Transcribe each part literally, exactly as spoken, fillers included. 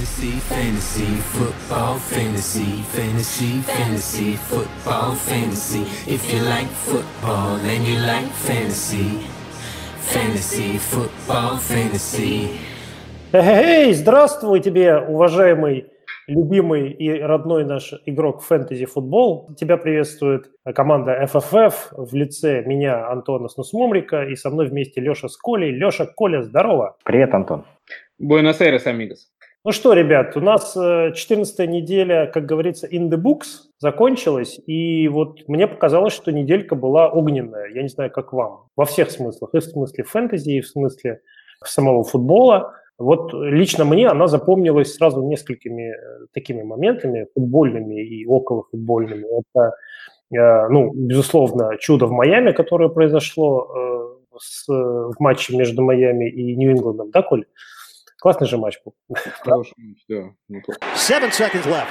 Fantasy, fantasy, football, fantasy, fantasy, fantasy, football, fantasy. If you like football and you like fantasy, fantasy, football, fantasy. Эй, здравствуй тебе, уважаемый, любимый и родной наш игрок фэнтези-футбол. Тебя приветствует команда эф эф эф в лице меня, Антона Снусмумрика, и со мной вместе Леша с Колей. Леша, Коля, здорово. Привет, Антон. Буэнос-Айрес, амигос. Ну что, ребят, у нас четырнадцатая неделя, как говорится, in the books закончилась, и вот мне показалось, что неделька была огненная. Я не знаю, как вам. Во всех смыслах. И в смысле фэнтези, и в смысле самого футбола. Вот лично мне она запомнилась сразу несколькими такими моментами, футбольными и околофутбольными. Это, ну, безусловно, чудо в Майами, которое произошло с, в матче между Майами и Нью-Ингландом, да, Коль? Классный же матч был. Хороший матч, да. Seven seconds left.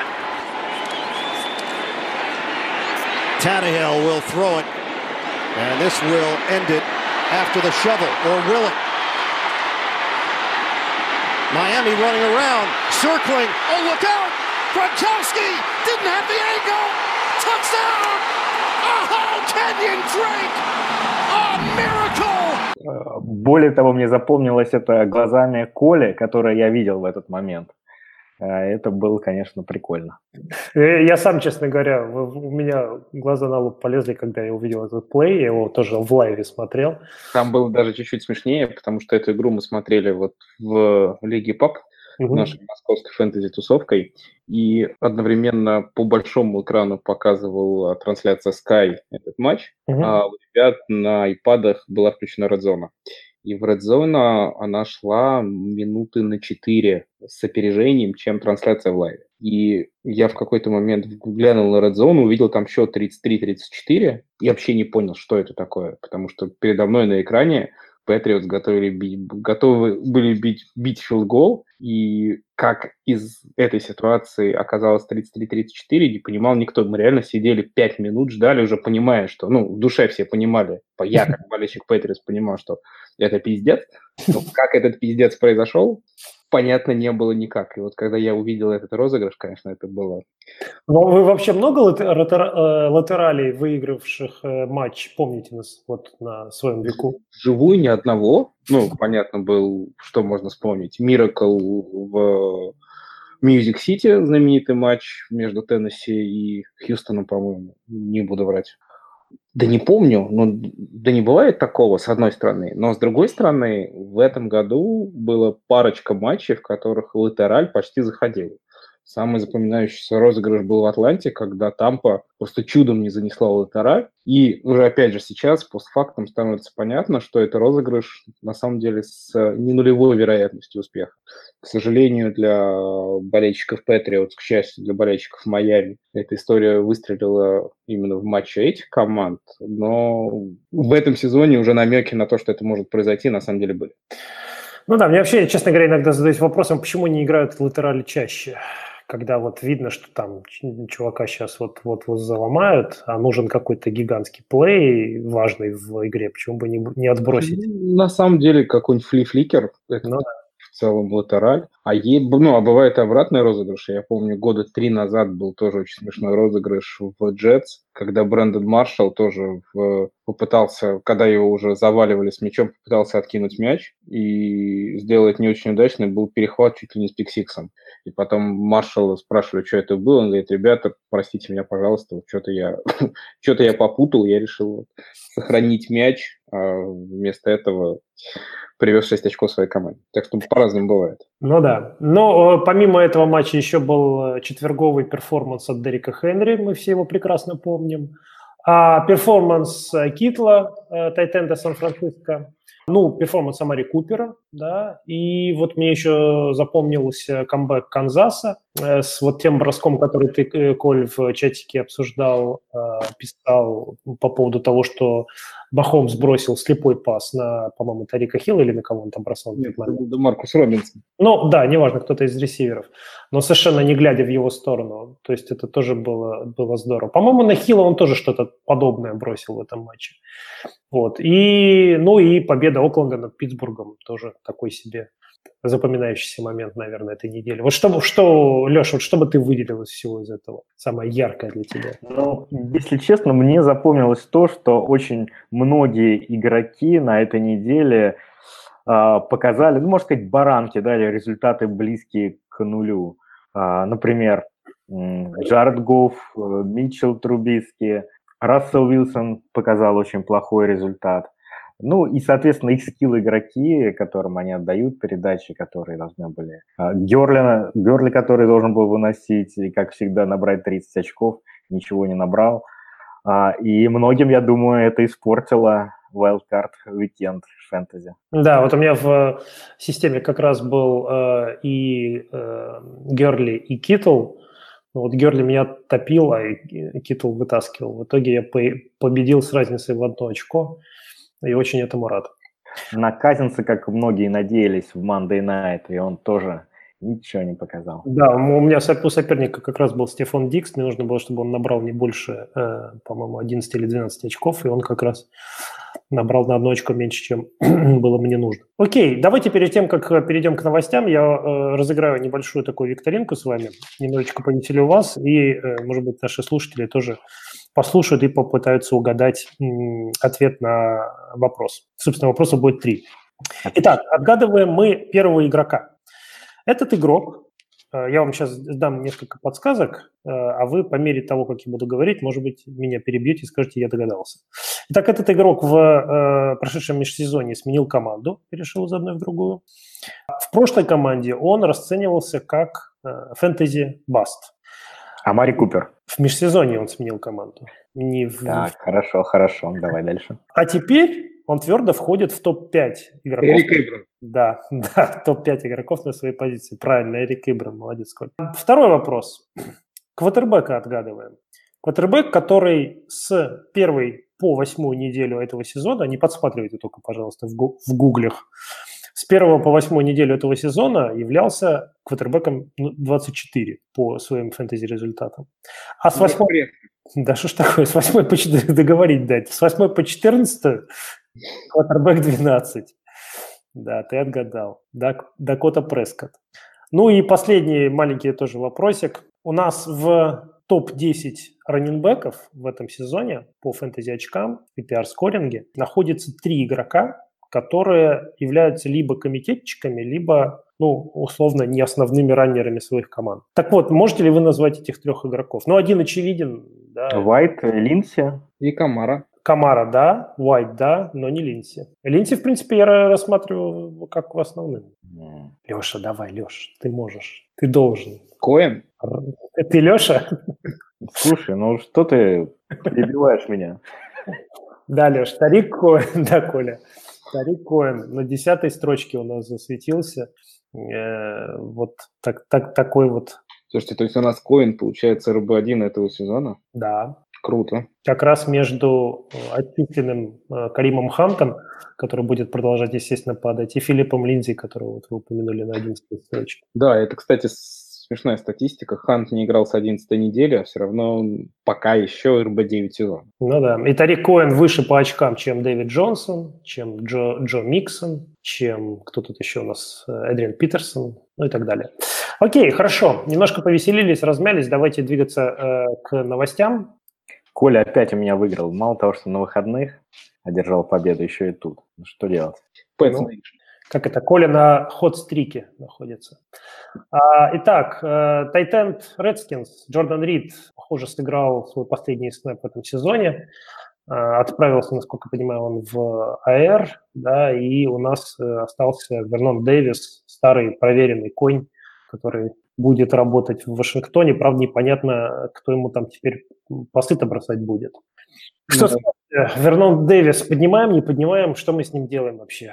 Tannehill will throw it, and this will end it after the shovel, or will it? Miami running around, circling. Oh, look out! Gronkowski didn't have the angle. Touchdown! Oh, Kenyon Drake! A miracle! Более того, мне запомнилось это глазами Коли, которые я видел в этот момент. Это было, конечно, прикольно. Я сам, честно говоря, у меня глаза на лоб полезли, когда я увидел этот плей, я его тоже в лайве смотрел. Там было даже чуть-чуть смешнее, потому что эту игру мы смотрели вот в Лиге Пап, угу. нашей московской фэнтези-тусовкой, и одновременно по большому экрану показывала трансляция Sky этот матч, угу. а у ребят на айпадах была включена Red Zone. И в Red Zone она шла минуты на четыре с опережением, чем трансляция в лайве. И я в какой-то момент глянул на Red Zone, увидел там счет тридцать три тридцать четыре, и вообще не понял, что это такое, потому что передо мной на экране Патриотс готовили бить, готовы были бить, бить филд-гол, и как из этой ситуации оказалось тридцать три тридцать четыре, не понимал никто. Мы реально сидели пять минут, ждали, уже понимая, что, ну, в душе все понимали, я как болельщик Патриотс понимал, что это пиздец, но как этот пиздец произошел, понятно не было никак. И вот когда я увидел этот розыгрыш, конечно, это было... Но вы вообще много латералей, выигравших матч, помните нас вот на своем веку? Вживую ни одного. Ну, понятно был, что можно вспомнить. Миракл в Мьюзик Сити, знаменитый матч между Теннесси и Хьюстоном, по-моему. Не буду врать. Да не помню, ну, да не бывает такого, с одной стороны. Но с другой стороны, в этом году было парочка матчей, в которых латераль почти заходил. Самый запоминающийся розыгрыш был в Атланте, когда Тампа просто чудом не занесла латераль. И уже опять же сейчас постфактум становится понятно, что это розыгрыш на самом деле с не нулевой вероятностью успеха. К сожалению, для болельщиков Патриотс, к счастью, для болельщиков Майами, эта история выстрелила именно в матче этих команд. Но в этом сезоне уже намеки на то, что это может произойти, на самом деле были. Ну да, мне вообще, честно говоря, иногда задаюсь вопросом, почему не играют латерали чаще, когда вот видно, что там чувака сейчас вот-вот заломают, а нужен какой-то гигантский плей важный в игре, почему бы не, не отбросить? На самом деле, какой-нибудь фли-фликер, это ну, да. в целом латераль. А, е... ну, а бывает и обратный розыгрыш. Я помню, года три назад был тоже очень смешной розыгрыш в Джетс, когда Брэндон Маршалл тоже в... попытался, когда его уже заваливали с мячом, попытался откинуть мяч и сделать не очень удачный, был перехват чуть ли не с пик-сиксом. И потом Маршалла спрашивали, что это было. Он говорит: ребята, простите меня, пожалуйста, вот что-то я, что-то я попутал, я решил сохранить мяч, а вместо этого привез шесть очков своей команде. Так что по-разному бывает. Ну да. Но помимо этого матча еще был четверговый перформанс от Дерека Хенри, мы все его прекрасно помним. А перформанс Китла, тайтенда Сан-Франциско. Ну, перформанс Амари Купера, да, и вот мне еще запомнился камбэк Канзаса э, с вот тем броском, который ты, Коль, в чатике обсуждал, э, писал по поводу того, что Махомс сбросил слепой пас на, по-моему, Тарика Хилла или на кого он там бросал? Нет, это был Маркус Робинсон. Ну, да, неважно, кто-то из ресиверов, но совершенно не глядя в его сторону, то есть это тоже было, было здорово. По-моему, на Хилла он тоже что-то подобное бросил в этом матче. Вот, и, ну и победа Окленда над Питтсбургом тоже такой себе запоминающийся момент, наверное, этой недели? Вот что, что Леша, вот что бы ты выделил из всего из этого? Самое яркое для тебя? Ну, если честно, мне запомнилось то, что очень многие игроки на этой неделе э, показали, ну, можно сказать, баранки, дали результаты близкие к нулю. Э, например, Джаред Гофф, Митчелл Трубиски, Рассел Уилсон показал очень плохой результат. Ну и, соответственно, их скилл-игроки, которым они отдают передачи, которые должны были... Герли, Герли, который должен был выносить, и, как всегда, набрать тридцать очков, ничего не набрал. И многим, я думаю, это испортило Wildcard Weekend фэнтези. Да, вот у меня в системе как раз был э, и э, Герли, и Киттл. Вот Герли меня топил, а Киттл вытаскивал. В итоге я победил с разницей в одно очко, и очень этому рад. На Казинца, как многие надеялись, в Monday Night, и он тоже ничего не показал. Да, у меня у соперника как раз был Стефан Дикс, мне нужно было, чтобы он набрал не больше, э, по-моему, одиннадцать или двенадцать очков, и он как раз набрал на одно очко меньше, чем было мне нужно. Окей, давайте перед тем, как перейдем к новостям, я э, разыграю небольшую такую викторинку с вами, немножечко повеселю вас, и, э, может быть, наши слушатели тоже послушают и попытаются угадать м, ответ на вопрос. Собственно, вопросов будет три. Итак, отгадываем мы первого игрока. Этот игрок, я вам сейчас дам несколько подсказок, а вы по мере того, как я буду говорить, может быть, меня перебьете и скажете, я догадался. Итак, этот игрок в э, прошедшем межсезонье сменил команду, перешел из одной в другую. В прошлой команде он расценивался как фэнтези-баст. Амари Купер. В межсезонье он сменил команду. Не в... Так, хорошо, хорошо, давай дальше. А теперь он твердо входит в топ пять игроков. Эрик Эбрам. Да, да, топ пять игроков на своей позиции. Правильно, Эрик Эбрам, молодец. Второй вопрос. Квотербека отгадываем. Квотербек, который с первой по восьмую неделю этого сезона, не подсматривайте только, пожалуйста, в, гу- в гуглях, с первого по восьмую неделю этого сезона являлся квотербеком двадцать четыре по своим фэнтези-результатам. А с восьмой... Да что ж такое, с восьмой по четырнадцать, договорить дать, с восьмой по четырнадцать квотербек двенадцать. Да, ты отгадал. Дак, Дакота Прескотт. Ну и последний маленький тоже вопросик. У нас в топ десять раннинбеков в этом сезоне по фэнтези-очкам и пи ар-скоринге находится три игрока, которые являются либо комитетчиками, либо, ну, условно, не основными раннерами своих команд. Так вот, можете ли вы назвать этих трех игроков? Ну, один очевиден. Да. Уайт, Линси. И Камара. Камара, да, Уайт, да, но не Линси. Линси, в принципе, я рассматриваю как в основном. Mm. Леша, давай, Леша, ты можешь, ты должен. Коэн? Ты Леша? Слушай, ну что ты перебиваешь меня? Да, Леш, Тарик Коэн, да, Коля. Тарик Коэн на десятой строчке у нас засветился. Э, вот так, так, такой вот. Слушайте, то есть у нас Коэн, получается, эр би один этого сезона? Да. Круто. Как раз между отчисленным э, Каримом Хантом, который будет продолжать, естественно, падать, и Филиппом Линдзи, которого вот вы упомянули на одиннадцатой строчке. Да, это, кстати, смешная статистика. Хант не играл с одиннадцатой недели, а все равно пока еще эр би девять сезон. Ну да. И Тарик Коэн выше по очкам, чем Дэвид Джонсон, чем Джо, Джо Миксон, чем кто тут еще у нас, Эдриан Питерсон, ну и так далее. Окей, хорошо. Немножко повеселились, размялись. Давайте двигаться э, к новостям. Коля опять у меня выиграл. Мало того, что на выходных одержал победу, еще и тут. Ну, что делать? Ну, как это? Коля на хот-стрике находится. А, итак, тайтенд Redskins Джордан Рид, похоже, сыграл свой последний снэп в этом сезоне. А, отправился, насколько я понимаю, он в АР, да, и у нас остался Вернон Дэвис, старый проверенный конь, который будет работать в Вашингтоне. Правда, непонятно, кто ему там теперь пасы-то бросать будет. Что ну, да. Вернон Дэвис поднимаем, не поднимаем? Что мы с ним делаем вообще?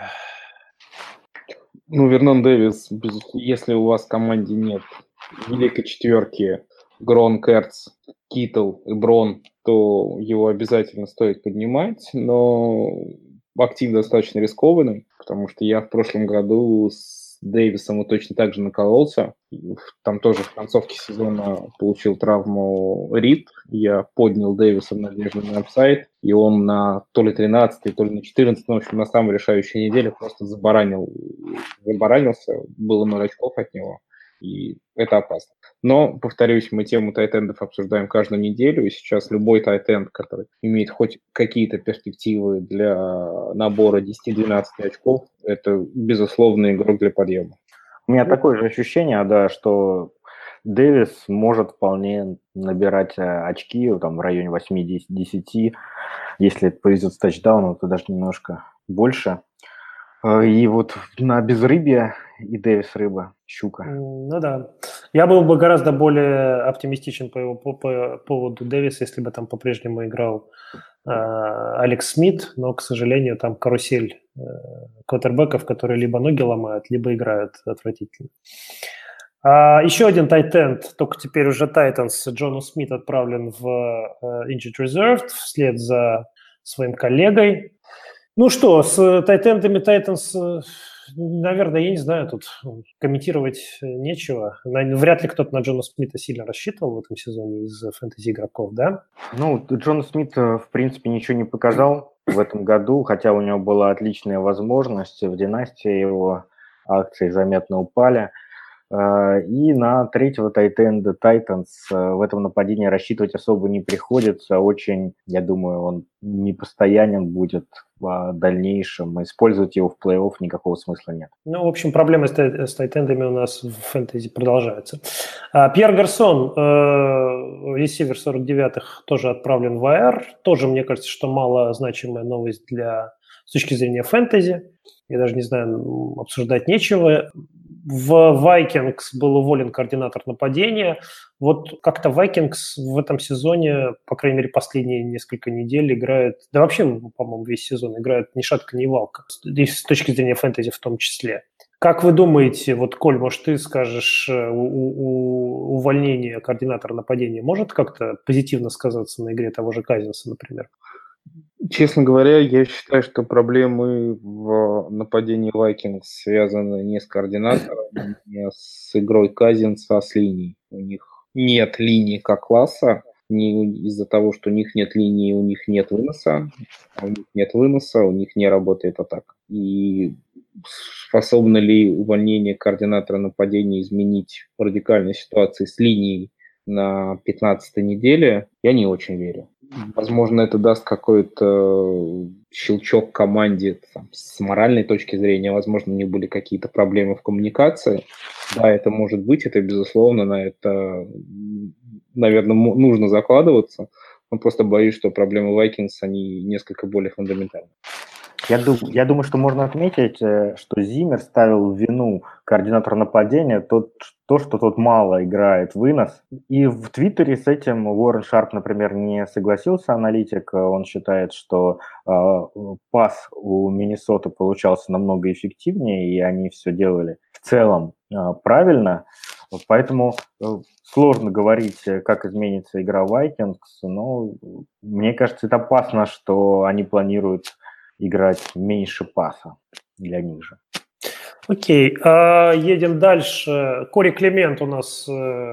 Ну, Вернон Дэвис, если у вас в команде нет великой четверки Гронк, Эрц, Киттл и Брон, то его обязательно стоит поднимать, но актив достаточно рискованный, потому что я в прошлом году с Дэвисом и точно так же накололся. Там тоже в концовке сезона получил травму Рид. Я поднял Дэвиса в надежду на апсайд, и он на то ли тринадцатой, то ли на четырнадцатой, в общем, на самой решающей неделе просто забаранил, забаранился. Было ноль очков от него. И это опасно. Но, повторюсь, мы тему тайтендов обсуждаем каждую неделю, и сейчас любой тайтенд, который имеет хоть какие-то перспективы для набора десять-двенадцать очков, это, безусловно, игрок для подъема. У меня такое же ощущение, да, что Дэвис может вполне набирать очки там, в районе восемь-десять, если это повезет с тачдауном, то даже немножко больше. И вот на безрыбье и Дэвис рыба, щука. Ну да. Я был бы гораздо более оптимистичен по, его, по, по поводу Дэвиса, если бы там по-прежнему играл э, Алекс Смит, но, к сожалению, там карусель э, квотербеков, которые либо ноги ломают, либо играют отвратительно. А, еще один тайтенд, только теперь уже Тайтанс, Джону Смит отправлен в э, Injured Reserve вслед за своим коллегой. Ну что, с тайтендами Тайтанс, наверное, я не знаю, тут комментировать нечего. Вряд ли кто-то на Джона Смита сильно рассчитывал в этом сезоне из фэнтези-игроков, да? Ну, Джон Смит, в принципе, ничего не показал в этом году, хотя у него была отличная возможность. В династии его акции заметно упали. И на третьего тайтенда Тайтанс в этом нападении рассчитывать особо не приходится. Очень, я думаю, он непостоянен будет в дальнейшем. Использовать его в плей-офф никакого смысла нет. Ну, в общем, проблемы с тайтендами у нас в фэнтези продолжаются. Пьер Гарсон, ресивер сорок девятых, тоже отправлен в эй ар. Тоже, мне кажется, что малозначимая новость для, с точки зрения фэнтези. Я даже не знаю, обсуждать нечего. В Vikings был уволен координатор нападения. Вот как-то Vikings в этом сезоне, по крайней мере, последние несколько недель играет, да вообще, по-моему, весь сезон играет ни шатка, ни валка, с точки зрения фэнтези в том числе. Как вы думаете, вот, Коль, может, ты скажешь, у, у, увольнение координатора нападения может как-то позитивно сказаться на игре того же Казинса, например? Честно говоря, я считаю, что проблемы в нападении Vikings связаны не с координатором, не с игрой Казинса, а с линией. У них нет линии как класса, не из-за того, что у них нет линии, у них нет выноса, а у них нет выноса, у них не работает атака. И способно ли увольнение координатора нападения изменить радикальную ситуацию с линией на пятнадцатой неделе, я не очень верю. Возможно, это даст какой-то щелчок команде там, с моральной точки зрения. Возможно, у них были какие-то проблемы в коммуникации. Да, это может быть, это безусловно, на это, наверное, нужно закладываться. Но просто боюсь, что проблемы Vikings, они несколько более фундаментальны. Я, дум, я думаю, что можно отметить, что Зиммер ставил в вину координатора нападения тот, то, что тот мало играет вынос. И в Твиттере с этим Уоррен Шарп, например, не согласился, аналитик. Он считает, что э, пас у Миннесоты получался намного эффективнее, и они все делали в целом э, правильно. Поэтому э, сложно говорить, как изменится игра Vikings, но мне кажется, это опасно, что они планируют играть меньше паса для них же. Окей, okay. Едем дальше. Кори Клемент у нас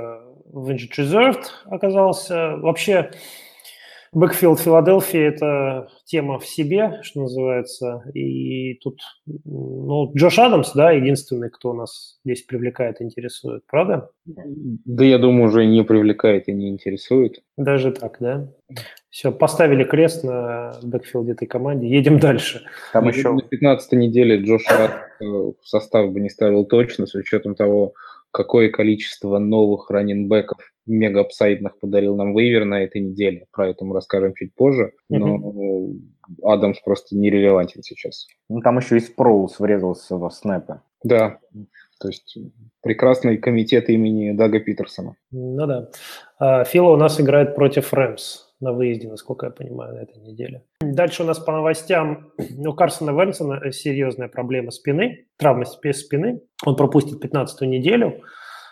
в Injured Reserve оказался. Вообще, бэкфилд Филадельфии – это тема в себе, что называется. И тут ну, Джош Адамс, да, единственный, кто у нас здесь привлекает, интересует. Правда? Да, я думаю, уже не привлекает и не интересует. Даже так, да? Все, поставили крест на бэкфилде этой команде. Едем дальше. Там еще на пятнадцатой неделе Джош в состав бы не ставил точно, с учетом того, какое количество новых раннинбэков мега-апсайдных подарил нам вейвер на этой неделе. Про это мы расскажем чуть позже. Но uh-huh. Адамс просто нерелевантен сейчас. Ну, там еще и Спроулс врезался во снэпы. Да, то есть прекрасный комитет имени Дага Питерсона. Ну да. Фила у нас играет против Рэмс на выезде, насколько я понимаю, на этой неделе. Дальше у нас по новостям у Карсона Венсона серьезная проблема спины, травма спины. Он пропустит пятнадцатую неделю.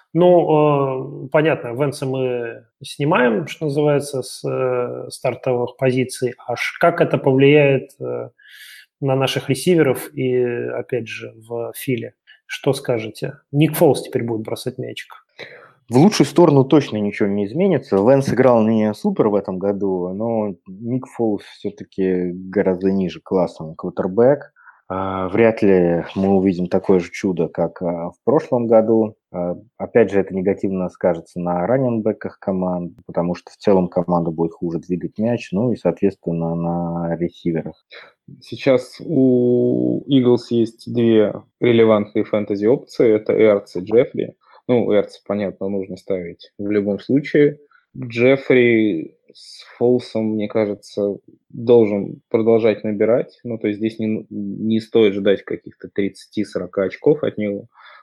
Ну, э, понятно, Венса мы снимаем, что называется, с э, стартовых позиций. Аж как это повлияет э, на наших ресиверов и, опять же, в Филе? Что скажете? Ник Фолс теперь будет бросать мячик. В лучшую сторону точно ничего не изменится. Лэнс играл не супер в этом году, но Ник Фолс все-таки гораздо ниже классом квотербэк. Вряд ли мы увидим такое же чудо, как в прошлом году. Опять же, это негативно скажется на раннинбэках команд, потому что в целом команда будет хуже двигать мяч, ну и, соответственно, на ресиверах. Сейчас у Eagles есть две релевантные фэнтези-опции. Это Эртс и Джеффри. Ну, Эртс, понятно, нужно ставить в любом случае. Джеффри с Фолсом, мне кажется, должен продолжать набирать. Ну, то есть здесь не, не стоит ждать каких-то тридцать-сорок очков от него,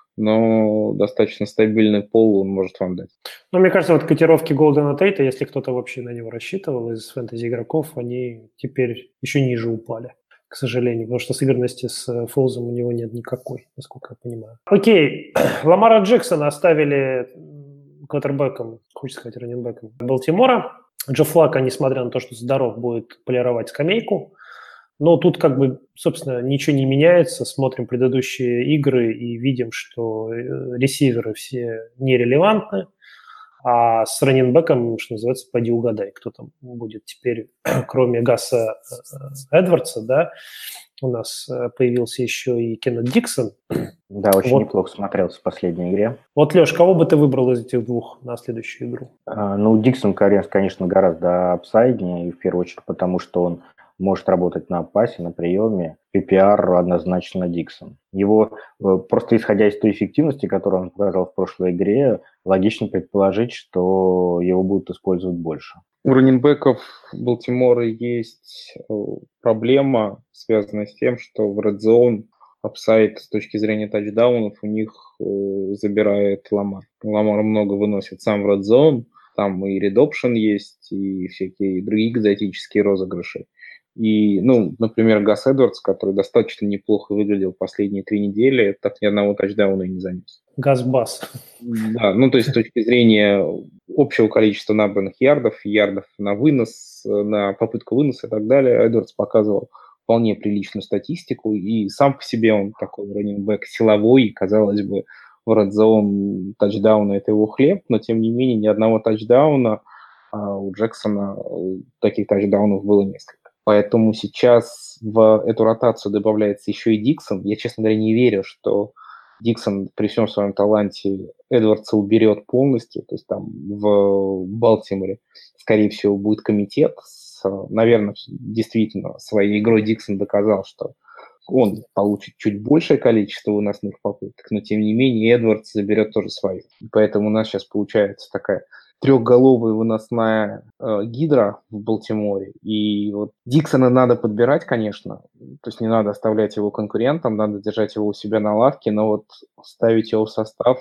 но достаточно стабильный пол он может вам дать. Ну, мне кажется, вот котировки Голдена Тейта, если кто-то вообще на него рассчитывал из фэнтези-игроков, они теперь еще ниже упали, к сожалению, потому что сыгранности с Фолзом у него нет никакой, насколько я понимаю. Окей, Ламара Джексона оставили квотербеком, хочется сказать, раннинбеком Балтимора. Джо Флако, несмотря на то, что здоров, будет полировать скамейку. Но тут как бы, собственно, ничего не меняется. Смотрим предыдущие игры и видим, что ресиверы все нерелевантны. А с раннинбеком, что называется, поди угадай, кто там будет теперь, кроме Гаса Эдвардса, да, у нас появился еще и Кеннет Диксон. Да, очень вот. неплохо смотрелся в последней игре. Вот, Леш, кого бы ты выбрал из этих двух на следующую игру? А, ну, Диксон, конечно, гораздо апсайднее, в первую очередь, потому что он может работать на пасе, на приеме. пи пи ар однозначно Диксон. Его, просто исходя из той эффективности, которую он показал в прошлой игре, логично предположить, что его будут использовать больше. У раннинбеков Балтимора есть проблема, связанная с тем, что в Red Zone апсайд с точки зрения тачдаунов у них забирает Ламар. Ламар много выносит сам в Red Zone, там и Red Option есть, и всякие другие экзотические розыгрыши. И, ну, например, Гас Эдвардс, который достаточно неплохо выглядел последние три недели, так ни одного тачдауна и не занес. Газ-бас. Да, ну, то есть с точки зрения общего количества набранных ярдов, ярдов на вынос, на попытку выноса и так далее, Эдвардс показывал вполне приличную статистику, и сам по себе он такой раннинбэк силовой, и, казалось бы, в Red Zone тачдауна – это его хлеб, но, тем не менее, ни одного тачдауна, а у Джексона таких тачдаунов было несколько. Поэтому сейчас в эту ротацию добавляется еще и Диксон. Я, честно говоря, не верю, что Диксон при всем своем таланте Эдвардса уберет полностью. То есть там в Балтиморе, скорее всего, будет комитет. С, наверное, действительно, своей игрой Диксон доказал, что он получит чуть большее количество выносных попыток, но, тем не менее, Эдвардс заберет тоже свое. И поэтому у нас сейчас получается такая трехголовая выносная э, гидра в Балтиморе. И вот Диксона надо подбирать, конечно. То есть не надо оставлять его конкурентом, надо держать его у себя на лавке, но вот ставить его в состав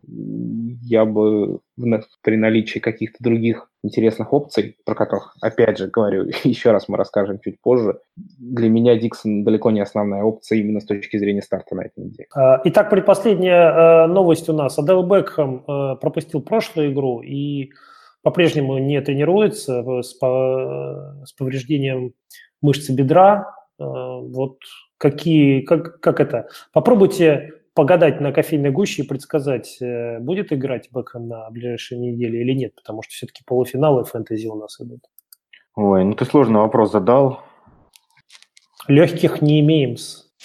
я бы при наличии каких-то других интересных опций, про которых, опять же, говорю, еще раз мы расскажем чуть позже, для меня Диксон далеко не основная опция именно с точки зрения старта на этой неделе. Итак, предпоследняя новость у нас. Одел Бекхэм пропустил прошлую игру и по-прежнему не тренируется с повреждением мышцы бедра. Вот какие, как, как это? Попробуйте погадать на кофейной гуще и предсказать, будет играть Бекхэм на ближайшей неделе или нет, потому что все-таки полуфиналы фэнтези у нас идут. Ой, ну ты сложный вопрос задал. Легких не имеем.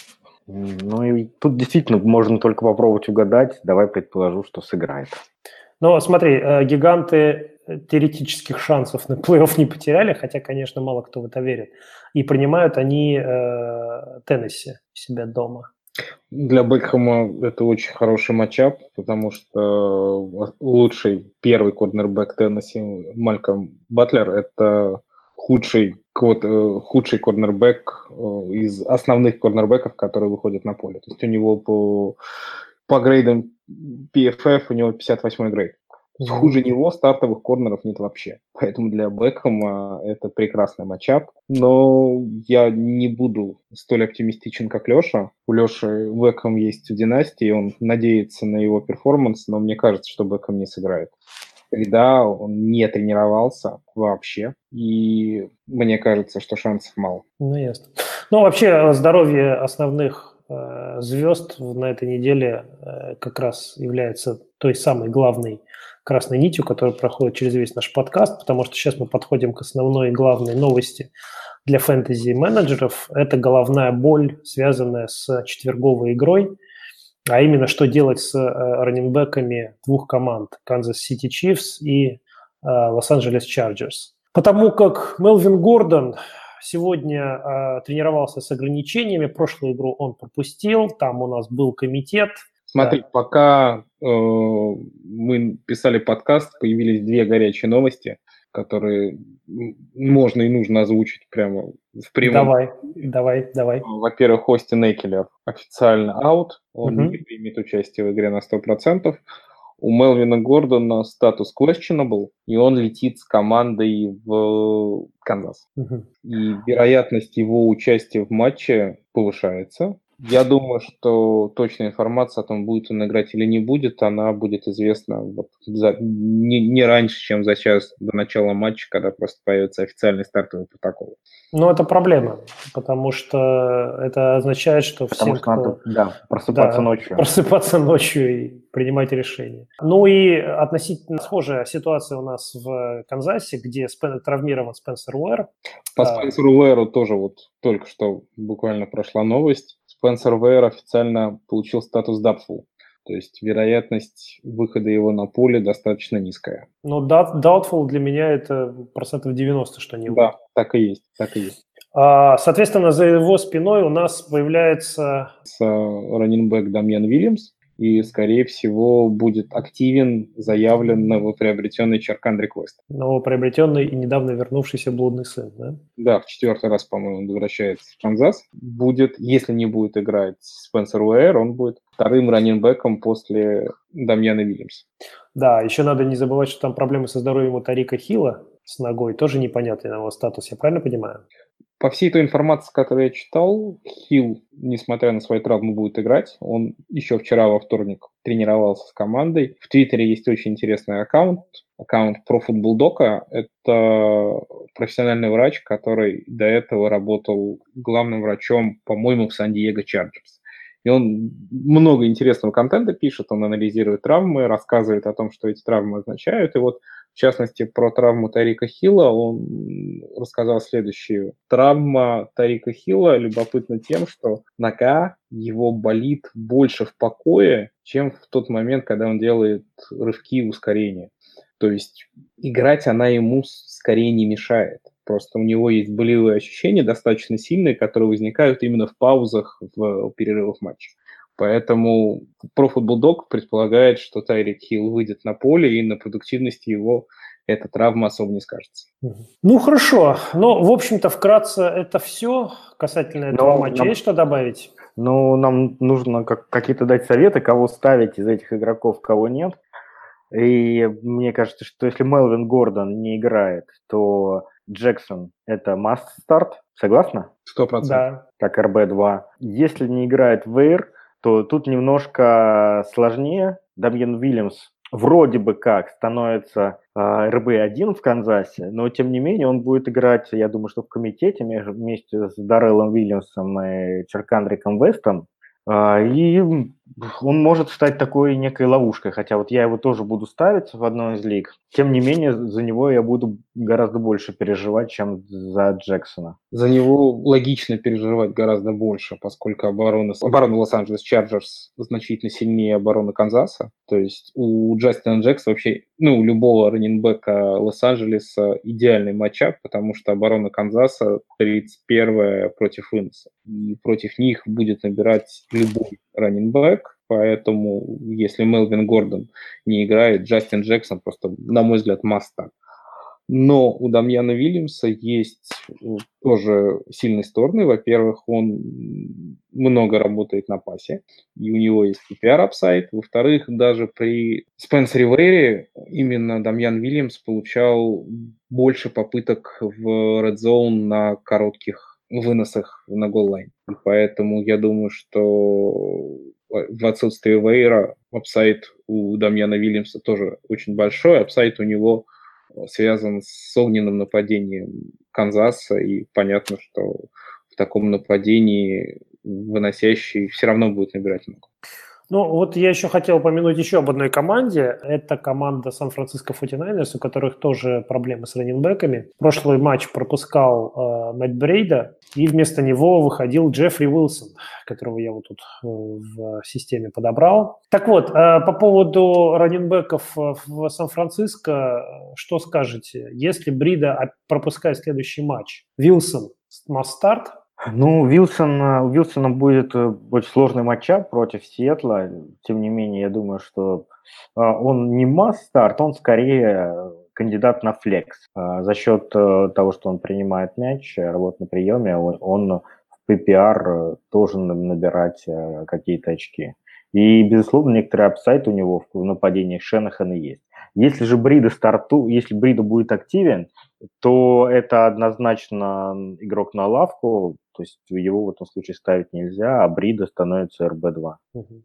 Ну и тут действительно можно только попробовать угадать. Давай предположу, что сыграет. Ну, смотри, гиганты теоретических шансов на плей-офф не потеряли, хотя, конечно, мало кто в это верит. И принимают они э, Теннесси себя дома. Для Бекхэма это очень хороший матчап, потому что лучший первый корнербэк Теннесси Малькольм Батлер – это худший, худший корнербэк из основных корнербэков, которые выходят на поле. То есть у него по, по грейдам пи эф эф у него пятьдесят восьмой грейд. Хуже него стартовых корнеров нет вообще. Поэтому для Бекхэма это прекрасный матчап. Но я не буду столь оптимистичен, как Леша. У Леши Бекхэм есть в династии, он надеется на его перформанс, но мне кажется, что Бекхэм не сыграет. Когда он не тренировался вообще, и мне кажется, что шансов мало. Ну, ясно. Ну, вообще, здоровье основных звезд на этой неделе как раз является той самой главной красной нитью, которая проходит через весь наш подкаст, потому что сейчас мы подходим к основной и главной новости для фэнтези-менеджеров. Это головная боль, связанная с четверговой игрой, а именно что делать с раннингбэками двух команд Kansas City Chiefs и Los Angeles Chargers. Потому как Мелвин Гордон сегодня э, тренировался с ограничениями, прошлую игру он пропустил, там у нас был комитет. Смотри, да. пока э, мы писали подкаст, появились две горячие новости, которые можно и нужно озвучить прямо в прямом. Давай, давай, давай. Во-первых, Остин Экелер официально аут, он угу. не примет участие в игре на сто процентов. У Мелвина Гордона статус questionable, и он летит с командой в Канзас. Uh-huh. И вероятность его участия в матче повышается. Я думаю, что точная информация о том, будет он играть или не будет, она будет известна вот за, не, не раньше, чем за час до начала матча, когда просто появится официальный стартовый протокол. Ну, это проблема, потому что это означает, что потому всем, что кто... надо, да, просыпаться да, ночью. Просыпаться ночью и принимать решения. Ну и относительно схожая ситуация у нас в Канзасе, где спен... травмирован Спенсер Уэр. По Спенсеру Уэру тоже вот только что буквально прошла новость. Спенсер Уэр официально получил статус doubtful. То есть вероятность выхода его на поле достаточно низкая. Но doubtful для меня это процентов девяносто, что не будет. Да, так и есть, так и есть. Соответственно, за его спиной у нас появляется... раннинбэк Дамьен Уильямс. И, скорее всего, будет активен заявлен новоприобретенный Чаркандри Квест. Новоприобретенный и недавно вернувшийся блудный сын, да? Да, в четвертый раз, по-моему, он возвращается в Канзас. Будет, если не будет играть Спенсер Уэр, он будет вторым раннинбэком после Дамьяна Уильямса. Да, еще надо не забывать, что там проблемы со здоровьем у Тарика Хилла с ногой. Тоже непонятный его статус, я правильно понимаю? По всей той информации, которую я читал, Хилл, несмотря на свою травму, будет играть. Он еще вчера во вторник тренировался с командой. В Твиттере есть очень интересный аккаунт, аккаунт Pro Football Doc. Это профессиональный врач, который до этого работал главным врачом, по-моему, в Сан-Диего Чарджерс. И он много интересного контента пишет, он анализирует травмы, рассказывает о том, что эти травмы означают. И вот, в частности, про травму Тарика Хилла он рассказал следующее. Травма Тарика Хилла любопытна тем, что нога его болит больше в покое, чем в тот момент, когда он делает рывки и ускорения. То есть играть она ему скорее не мешает. Просто у него есть болевые ощущения достаточно сильные, которые возникают именно в паузах, в перерывах матча. Поэтому Pro Football Doc предполагает, что Тайрик Хилл выйдет на поле, и на продуктивности его эта травма особо не скажется. Ну, хорошо. Ну, в общем-то, вкратце это все касательно этого Но матча. Нам... Есть что добавить? Ну, нам нужно как- какие-то дать советы, кого ставить из этих игроков, кого нет. И мне кажется, что если Мелвин Гордон не играет, то Джексон – это must start. Согласна? Сто процентов. Да. Как эр би два. Если не играет Вейр, то тут немножко сложнее. Дамьен Уильямс вроде бы как становится э, эр би один в Канзасе, но тем не менее он будет играть, я думаю, что в комитете между, вместе с Дарреллом Уильямсом и Чаркандриком Вестом. Э, и он может стать такой некой ловушкой, хотя вот я его тоже буду ставить в одной из лиг. Тем не менее, за него я буду гораздо больше переживать, чем за Джексона. За него логично переживать гораздо больше, поскольку оборона, оборона Лос-Анджелес Чарджерс значительно сильнее обороны Канзаса. То есть у Джастина Джексона вообще, ну, у любого раннинбека Лос-Анджелеса идеальный матчап, потому что оборона Канзаса тридцать первая против Инса. И против них будет набирать любой раннинбэк. Поэтому, если Мелвин Гордон не играет, Джастин Джексон просто, на мой взгляд, must-start. Но у Дамьяна Уильямса есть тоже сильные стороны. Во-первых, он много работает на пасе, и у него есть пи пи ар-апсайд. Во-вторых, даже при Спенсере Уэре именно Дамьян Уильямс получал больше попыток в Red Zone на коротких выносах на голлайн. И поэтому я думаю, что в отсутствие Вейра апсайд у Дамьяна Уильямса тоже очень большой. Апсайд у него связан с огненным нападением Канзаса, и понятно, что в таком нападении выносящий, все равно будет набирать много. Ну, вот я еще хотел упомянуть еще об одной команде. Это команда Сан-Франциско форти найнерс, у которых тоже проблемы с раннинбэками. Прошлый матч пропускал э, Мэтт Брейда, и вместо него выходил Джеффри Уилсон, которого я вот тут э, в системе подобрал. Так вот, э, по поводу раннинбэков в Сан-Франциско, что скажете? Если Брида пропускает следующий матч, Уилсон must start? Ну, Вилсон, у Вилсона будет очень сложный матчап против Сиэтла. Тем не менее, я думаю, что он не масс-старт, он скорее кандидат на флекс. За счет того, что он принимает мяч, работает на приеме, он в пи пи ар должен набирать какие-то очки. И, безусловно, некоторый апсайд у него в нападении Шенахана есть. Если же Брида старту, если Брида будет активен, то это однозначно игрок на лавку, то есть его в этом случае ставить нельзя, а Брида становится эр би два.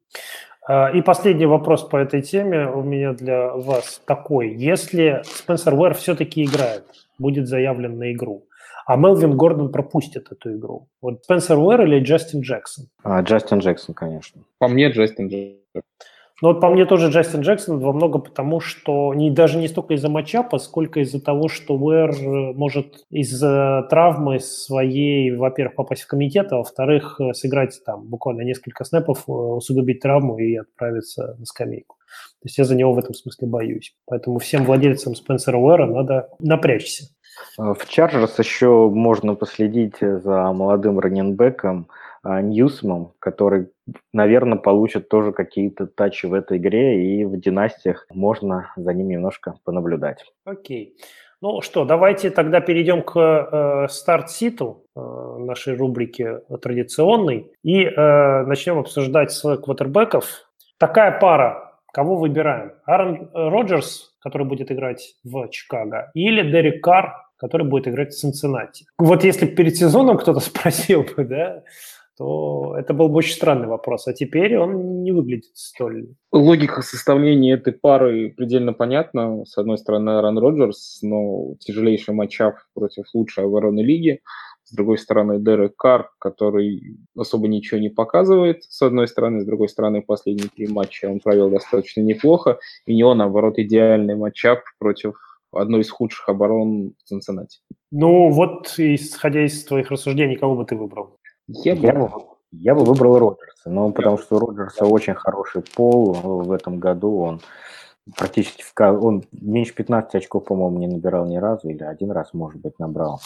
И последний вопрос по этой теме у меня для вас такой. Если Спенсер Уэр все-таки играет, будет заявлен на игру, а Мелвин Гордон пропустит эту игру, вот Спенсер Уэр или Джастин Джексон? А, Джастин Джексон, конечно. По мне Джастин Джексон. Ну вот по мне тоже Джастин Джексон во многом потому, что не, даже не столько из-за матчапа, сколько из-за того, что Уэр может из-за травмы своей, во-первых, попасть в комитет, а во-вторых, сыграть там буквально несколько снэпов, усугубить травму и отправиться на скамейку. То есть я за него в этом смысле боюсь. Поэтому всем владельцам Спенсера Уэра надо напрячься. В Чарджерс еще можно последить за молодым раннинбэком Ньюсомом, который, наверное, получит тоже какие-то тачи в этой игре, и в династиях можно за ним немножко понаблюдать. Окей. Ну что, давайте тогда перейдем к э, старт-ситу э, нашей рубрики традиционной и э, начнем обсуждать с квотербеков. Такая пара. Кого выбираем? Аарон Роджерс, который будет играть в Чикаго, или Дерек Карр, который будет играть в Цинциннати? Вот если перед сезоном кто-то спросил бы, да, то это был бы очень странный вопрос. А теперь он не выглядит столь... Логика составления этой пары предельно понятна. С одной стороны, Аарон Роджерс, но тяжелейший матчап против лучшей обороны лиги. С другой стороны, Дерек Карр, который особо ничего не показывает, с одной стороны. С другой стороны, последние три матча он провел достаточно неплохо. И у него, наоборот, идеальный матчап против одной из худших оборон в Цинциннати. Ну вот, исходя из твоих рассуждений, кого бы ты выбрал? Я бы, я бы, я бы выбрал Роджерса, но потому что у Роджерса очень хороший пол в этом году. Он практически в, он меньше пятнадцати очков, по-моему, не набирал ни разу, или один раз, может быть, набрал.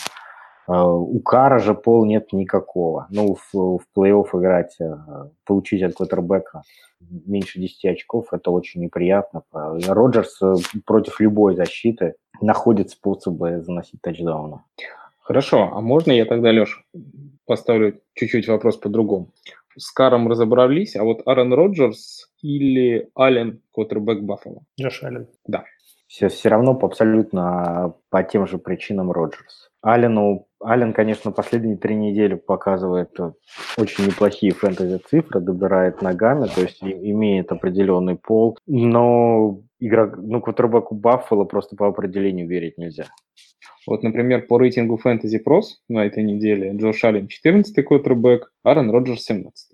У Карра же пол нет никакого. Ну, в, в плей-офф играть, получить от квотербека меньше десяти очков, это очень неприятно. Роджерс против любой защиты находит способы заносить тачдауны. Хорошо, а можно я тогда, Леш, поставлю чуть-чуть вопрос по-другому? С Карром разобрались, а вот Аарон Роджерс или Аллен, квотербек Баффало? Джош Аллен. Да. Все, все равно по абсолютно по тем же причинам Роджерс. Аллену, Аллен, конечно, последние три недели показывает очень неплохие фэнтези-цифры, добирает ногами, то есть имеет определенный пол, но игрок, ну, квотербеку Баффало просто по определению верить нельзя. Вот, например, по рейтингу Fantasy Pros на этой неделе Джош Аллен четырнадцатый квотербек, Аарон Роджерс семнадцатый.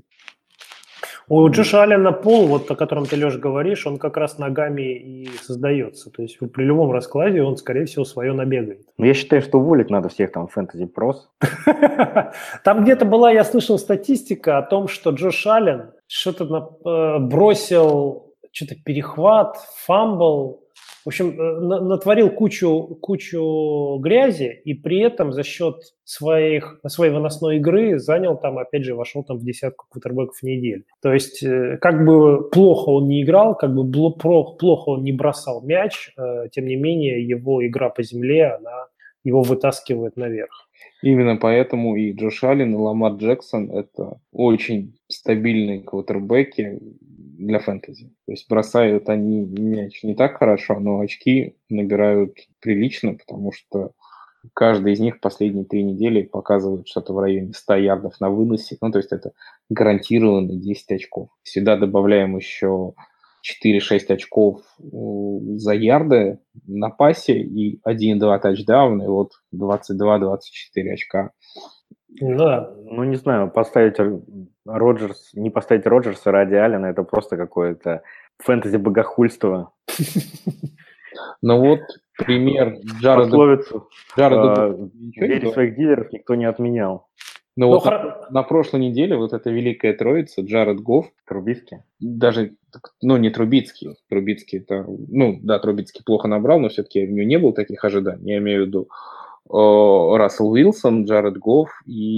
У Джоша Аллена пол, вот о котором ты, Леш, говоришь, он как раз ногами и создается. То есть при любом раскладе он, скорее всего, свое набегает. Ну, я считаю, что уволить надо всех там Fantasy Pros. Там где-то была, я слышал, статистика о том, что Джош Аллен что-то бросил, что-то перехват, фамбл. В общем, натворил кучу, кучу грязи и при этом за счет своих, своей выносной игры занял там, опять же, вошел там в десятку квотербеков в неделю. То есть, как бы плохо он не играл, как бы плохо он не бросал мяч, тем не менее, его игра по земле, она его вытаскивает наверх. Именно поэтому и Джош Аллен, и Ламар Джексон – это очень стабильные квотербеки для фэнтези. То есть бросают они мяч не так хорошо, но очки набирают прилично, потому что каждый из них последние три недели показывает что-то в районе ста ярдов на выносе. Ну, то есть это гарантированно десять очков. Сюда добавляем еще четыре-шесть очков за ярды на пасе и один-два тачдауна, и вот двадцать два-двадцать четыре очка. Ну да. Ну, не знаю, поставить Роджерс, не поставить Роджерса ради Аллена, это просто какое-то фэнтези-богохульство. Ну вот пример Джареда. Пословицу Джареда «Вере своих дилеров» никто не отменял. Но вот на, на прошлой неделе вот эта великая троица, Джаред Гофф, Трубицкий. Даже, ну, не Трубицкий. Трубицкий это, ну, да, Трубицкий плохо набрал, но все-таки у него не было таких ожиданий. Я имею в виду о, Рассел Уилсон, Джаред Гофф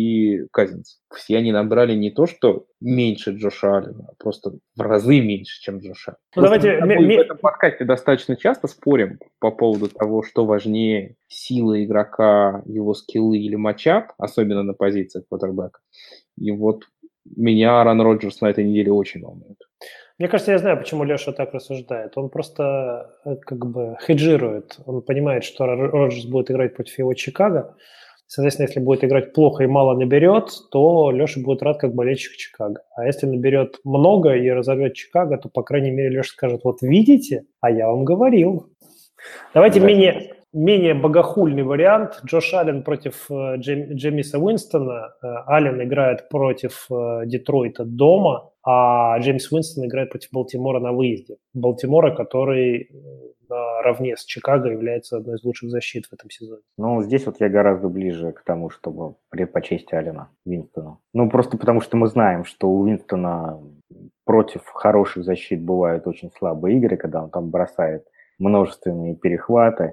и Казинс. Все они набрали не то, что меньше Джоша Аллена, а просто в разы меньше, чем Джоша. Ну, давайте, мы ми- в этом подкасте достаточно часто спорим по поводу того, что важнее, сила игрока, его скиллы или матчап, особенно на позициях квотербека. И вот меня Аарон Роджерс на этой неделе очень волнует. Мне кажется, я знаю, почему Леша так рассуждает. Он просто как бы хеджирует. Он понимает, что Роджерс будет играть против его Чикаго. Соответственно, если будет играть плохо и мало наберет, то Леша будет рад как болельщик Чикаго. А если наберет много и разорвет Чикаго, то, по крайней мере, Леша скажет: вот видите, а я вам говорил. Давайте менее, менее богохульный вариант. Джош Аллен против Джем, Джеймиса Уинстона. Аллен играет против Детройта дома, а Джеймс Уинстон играет против Балтимора на выезде. Балтимора, который наравне с Чикаго является одной из лучших защит в этом сезоне. Ну, здесь вот я гораздо ближе к тому, чтобы предпочесть Аллена Уинстону. Ну, просто потому что мы знаем, что у Уинстона против хороших защит бывают очень слабые игры, когда он там бросает множественные перехваты.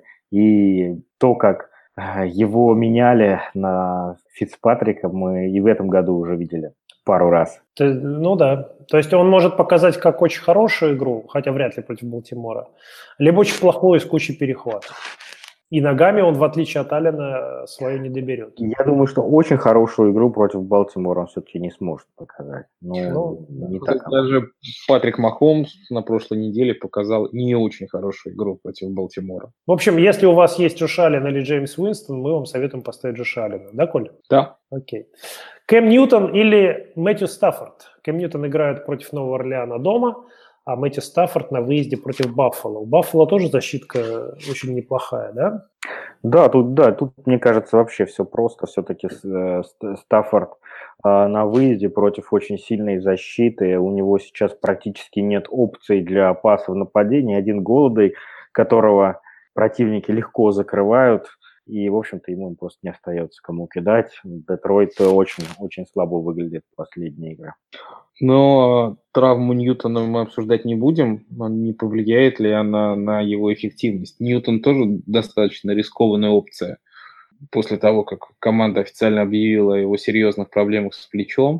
И то, как его меняли на Фицпатрика, мы и в этом году уже видели пару раз. Ну да. То есть он может показать как очень хорошую игру, хотя вряд ли против Балтимора, либо очень плохую с кучей перехватов. И ногами он, в отличие от Аллена, свою не доберет. Я думаю, что очень хорошую игру против Балтимора он все-таки не сможет показать. Ну, ну, не да. так. Даже Патрик Махомс на прошлой неделе показал не очень хорошую игру против Балтимора. В общем, если у вас есть Джош Аллен или Джеймс Уинстон, мы вам советуем поставить Джоша Аллена. Да, Коля? Да. Окей. Кэм Ньютон или Мэтью Стаффорд? Кэм Ньютон играет против Нового Орлеана дома, а Мэтью Стаффорд на выезде против Баффало. У Баффало тоже защитка очень неплохая, да? Да, тут, да, тут, мне кажется, вообще все просто. Все-таки Стаффорд э, на выезде против очень сильной защиты. У него сейчас практически нет опций для паса в нападении. Один Голодей, которого противники легко закрывают. И, в общем-то, ему просто не остается кому кидать. Детройт очень, очень слабо выглядит в последние игры. Но травму Ньютона мы обсуждать не будем. Не повлияет ли она на его эффективность? Ньютон тоже достаточно рискованная опция. После того, как команда официально объявила о его серьезных проблемах с плечом.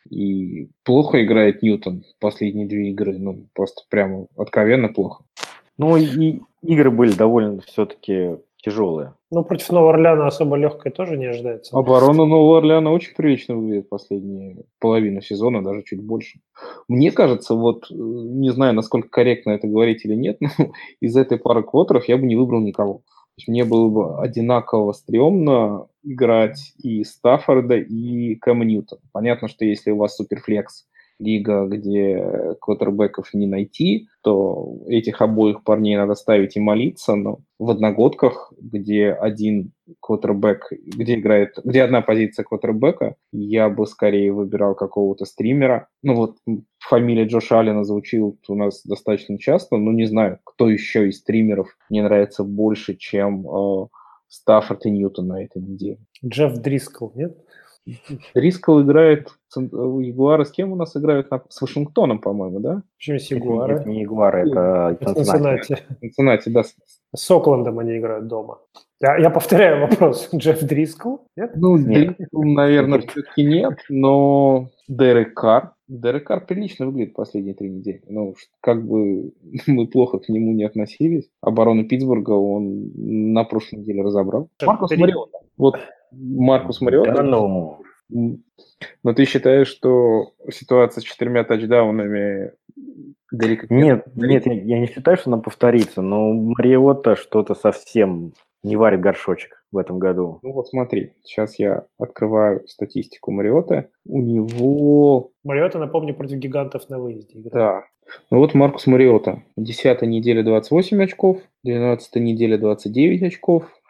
И плохо играет Ньютон последние две игры. Ну, просто прямо откровенно плохо. Ну, и игры были довольно все-таки тяжелые. Ну, против Нового Орлеана особо легкой тоже не ожидается. Оборона Нового Орлеана очень прилично выглядит последнюю половину сезона, даже чуть больше. Мне кажется, вот, не знаю, насколько корректно это говорить или нет, но из этой пары квотеров я бы не выбрал никого. То есть мне было бы одинаково стрёмно играть и Стаффорда, и Кэма Ньютона. Понятно, что если у вас суперфлекс лига, где квотербеков не найти, то этих обоих парней надо ставить и молиться, но в одногодках, где один квотербек, где играет, где одна позиция квотербека, я бы скорее выбирал какого-то стримера. Ну вот фамилия Джоша Аллена звучит у нас достаточно часто, но не знаю, кто еще из стримеров мне нравится больше, чем э, Стаффорд и Ньютон на этой неделе. Джефф Дрискл, нет? Дрискл играет, Ягуары с кем у нас играют? С Вашингтоном, по-моему, да? Почему с Ягуары? Это не Ягуары, это Цинциннати. Цинциннати, да. С Оклендом они играют дома. Я, я повторяю вопрос. Джефф Дрискл? Нет? Ну, нет. Дрискл, наверное, все-таки нет, но Дерек Карр. Дерек Карр прилично выглядит последние три недели. Ну, как бы мы плохо к нему не относились. Оборону Питтсбурга он на прошлой неделе разобрал. Маркус Мариота. Вот Маркус Мариота. Да, ну... Но ты считаешь, что ситуация с четырьмя тачдаунами... Дерека... Нет, нет, я, я не считаю, что она повторится, но Мариота что-то совсем не варит горшочек в этом году. Ну вот смотри, сейчас я открываю статистику Мариоты. У него... Мариота, напомню, против гигантов на выезде играет. Да. Ну вот Маркус Мариота. десятой неделе двадцать восемь очков, двенадцатой неделе двадцать девять очков,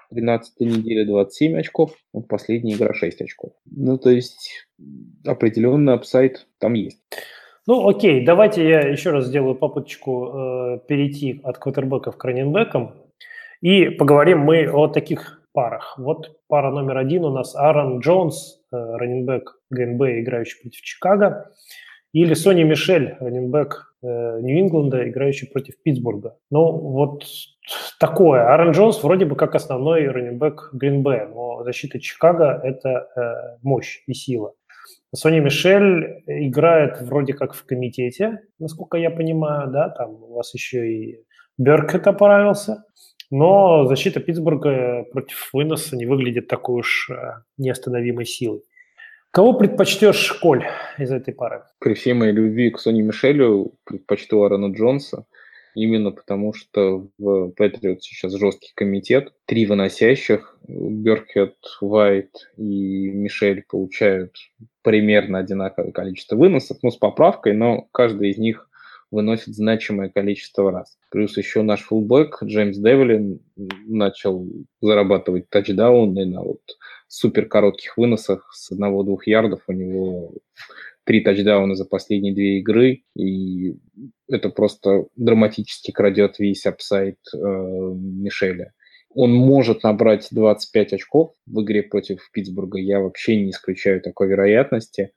тринадцатая неделя двадцать семь очков, вот последняя игра шесть очков. Ну, то есть определенный апсайд там есть. Ну, окей, давайте я еще раз сделаю попыточку э, перейти от квотербеков к раннинбекам. И поговорим мы о таких парах. Вот пара номер один у нас Аарон Джонс, э, раннинбек ГНБ, играющий против Чикаго, или Сони Мишель, раннинбек э, Нью-Ингланда, играющий против Питтсбурга. Ну, вот такое. Аарон Джонс вроде бы как основной раннинбек ГНБ, но защита Чикаго – это э, мощь и сила. Сони Мишель играет вроде как в комитете, насколько я понимаю, да, там у вас еще и Беркет оправился. Но защита Питтсбурга против выноса не выглядит такой уж неостановимой силой. Кого предпочтешь, Коль, из этой пары? При всей моей любви к Сони Мишелю предпочту Аарона Джонса, именно потому что в Патриот сейчас жесткий комитет. Три выносящих, Беркет, Уайт и Мишель, получают примерно одинаковое количество выносов, ну, с поправкой, но каждый из них выносит значимое количество раз. Плюс еще наш фулбэк Джеймс Девлин начал зарабатывать тачдауны на вот супер коротких выносах с одного-двух ярдов. У него три тачдауна за последние две игры, и это просто драматически крадет весь апсайд э, Мишеля. Он может набрать двадцать пять очков в игре против Питтсбурга, я вообще не исключаю такой вероятности,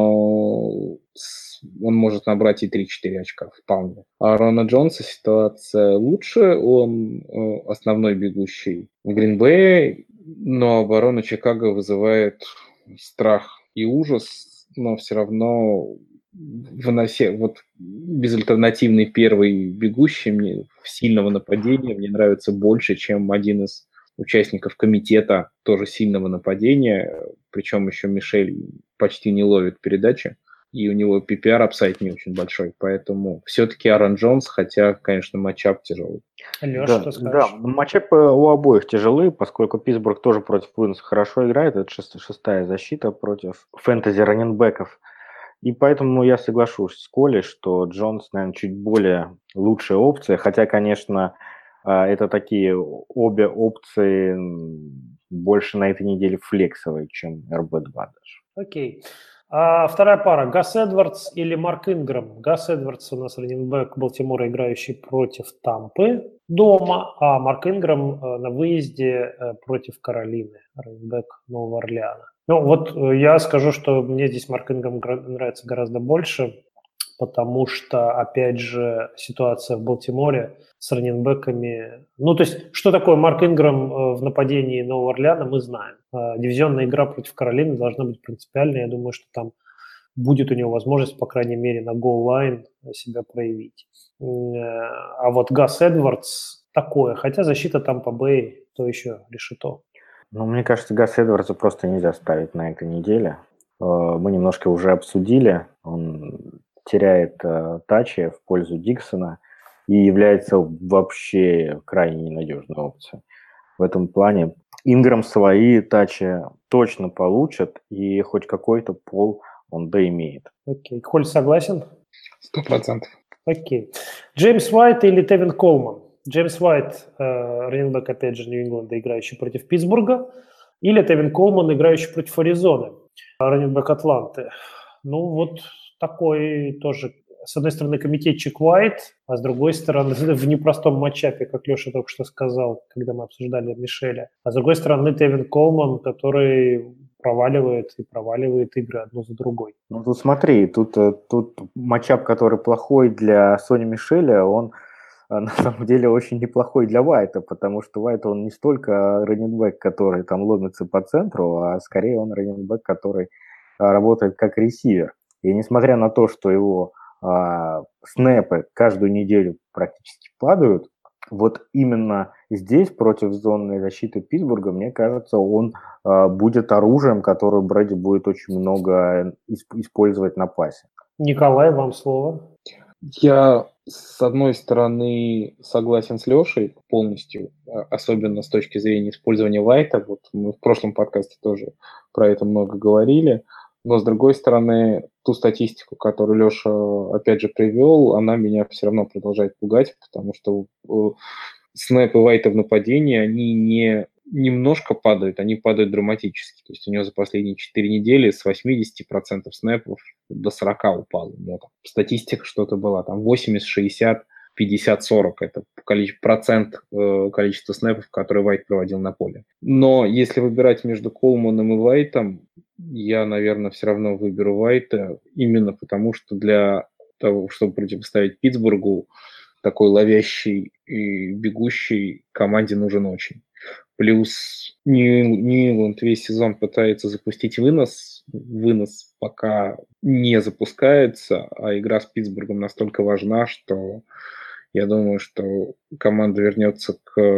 но он может набрать и три-четыре очка вполне. А Аарона Джонса ситуация лучше, он основной бегущий в Грин-Бэе, но оборона Чикаго вызывает страх и ужас, но все равно вынося, вот безальтернативный первый бегущий мне сильного нападения мне нравится больше, чем один из участников комитета тоже сильного нападения, причем еще Мишель почти не ловит передачи, и у него пи пи ар апсайд не очень большой, поэтому все-таки Аарон Джонс, хотя, конечно, матчап тяжелый. Леша, да, что скажешь? Да, матчапы у обоих тяжелые, поскольку Питтсбург тоже против выноса хорошо играет, это шестая защита против фэнтези раннинбеков. И поэтому я соглашусь с Колей, что Джонс, наверное, чуть более лучшая опция. Хотя, конечно, это такие обе опции больше на этой неделе флексовые, чем эр би два даже. Окей. А вторая пара. Гас Эдвардс или Марк Инграм. Гас Эдвардс у нас раннинбэк Балтимора, играющий против Тампы дома, а Марк Инграм на выезде против Каролины, раннинбэк Нового Орлеана. Ну вот я скажу, что мне здесь Марк Инграм нравится гораздо больше, потому что, опять же, ситуация в Балтиморе с раннинбэками... Ну, то есть, что такое Марк Инграм в нападении Нового Орлеана, мы знаем. Дивизионная игра против Каролины должна быть принципиальной. Я думаю, что там будет у него возможность, по крайней мере, на гоал-лайн себя проявить. А вот Гас Эдвардс такое. Хотя защита Тампа Бэй, то еще решето. Ну, мне кажется, Гас Эдвардса просто нельзя ставить на этой неделе. Мы немножко уже обсудили. Он теряет тачи в пользу Диксона и является вообще крайне ненадежной опцией. В этом плане Инграм свои тачи точно получит, и хоть какой-то пол он да имеет. Окей. Коль согласен? Сто процентов. Окей. Джеймс Уайт или Тевин Колман? Джеймс Уайт, э, раннинбэк, опять же, Нью-Ингланда, играющий против Питтсбурга, или Тевин Колман, играющий против Аризоны, раннинбэк Атланты. Ну, вот такой тоже, с одной стороны, комитетчик Уайт, а с другой стороны, в непростом матчапе, как Леша только что сказал, когда мы обсуждали Мишеля, а с другой стороны, Тевин Колман, который проваливает и проваливает игры одну за другой. Ну, тут смотри, тут, тут матчап, который плохой для Сони Мишеля, он на самом деле очень неплохой для Уайта, потому что Уайт, он не столько раннинбэк, который там ломится по центру, а скорее он раннинбэк, который работает как ресивер. И несмотря на то, что его а, снэпы каждую неделю практически падают, вот именно здесь против зонной защиты Питтсбурга, мне кажется, он а, будет оружием, которое Брэди будет очень много использовать на пасе. Николай, вам слово. Я, с одной стороны, согласен с Лешей полностью, особенно с точки зрения использования Уайта. Вот мы в прошлом подкасте тоже про это много говорили. Но, с другой стороны, ту статистику, которую Леша, опять же, привел, она меня все равно продолжает пугать, потому что снэпы Уайта в нападении, они не немножко падают, они падают драматически. То есть у него за последние четыре недели с восемьдесят процентов снэпов до сорок упало. У него там статистика что-то была, там восемьдесят, шестьдесят, пятьдесят, сорок. Это количество, процент э, количества снэпов, которые Вайт проводил на поле. Но если выбирать между Колманом и Вайтом, я, наверное, все равно выберу Вайта, именно потому что для того, чтобы противостоять Питтсбургу, такой ловящий и бегущий команде нужен очень. Плюс Нью-Ингланд весь сезон пытается запустить вынос. Вынос пока не запускается, а игра с Питтсбургом настолько важна, что я думаю, что команда вернется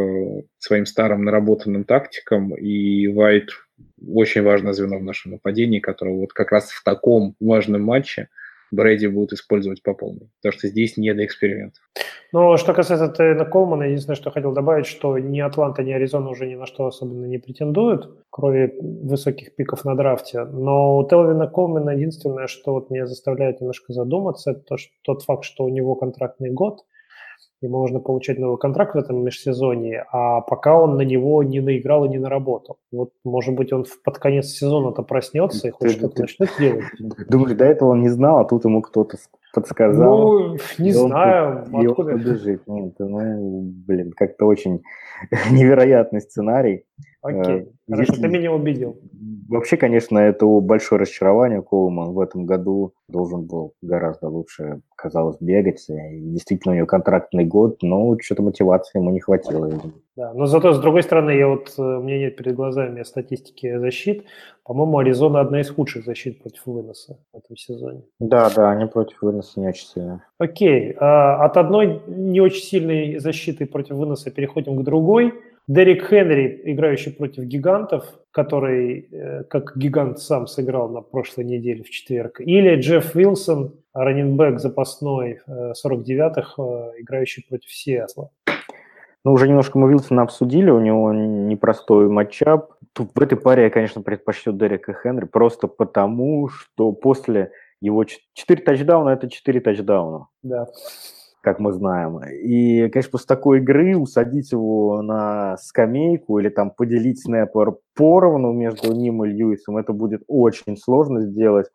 к своим старым наработанным тактикам, и Вайт очень важное звено в нашем нападении, которое вот как раз в таком важном матче Брэди будут использовать по полной, потому что здесь не до экспериментов. Но что касается Тевина Колмана, единственное, что хотел добавить, что ни Атланта, ни Аризона уже ни на что особенно не претендуют, кроме высоких пиков на драфте. Но у Тевина Колмана единственное, что вот меня заставляет немножко задуматься, это то, что, тот факт, что у него контрактный год, ему нужно получать новый контракт в этом межсезонье, а пока он на него не наиграл и не наработал. Вот, может быть, он под конец сезона-то проснется и хоть ты, что-то ты, начнет делать. Думаешь, до этого он не знал, а тут ему кто-то подсказал? Ну, не знаю, он, откуда. И он побежит. Нет, ну, блин, как-то очень невероятный сценарий. Окей, хорошо, Здесь... ты меня убедил. Вообще, конечно, это большое разочарование. Колман в этом году должен был гораздо лучше, казалось, бегать. И действительно, у него контрактный год, но что-то мотивации ему не хватило. Да, но зато, с другой стороны, я вот, у меня нет перед глазами статистики защит. По-моему, Аризона одна из худших защит против выноса в этом сезоне. Да, да, они против выноса не очень сильно. Окей, а, от одной не очень сильной защиты против выноса переходим к другой. Дерек Хенри, играющий против гигантов, который э, как гигант сам сыграл на прошлой неделе в четверг. Или Джефф Уилсон, раннинбэк запасной э, сорок девятых, э, играющий против Сиэтла. Ну, уже немножко мы Уилсона обсудили, у него непростой матчап. Тут в этой паре я, конечно, предпочту Дерека Хенри, просто потому, что после его четыре тачдауна – это четыре тачдауна. Да. Как мы знаем. И, конечно, после такой игры усадить его на скамейку или там поделить снэпер поровну между ним и Льюисом, это будет очень сложно сделать.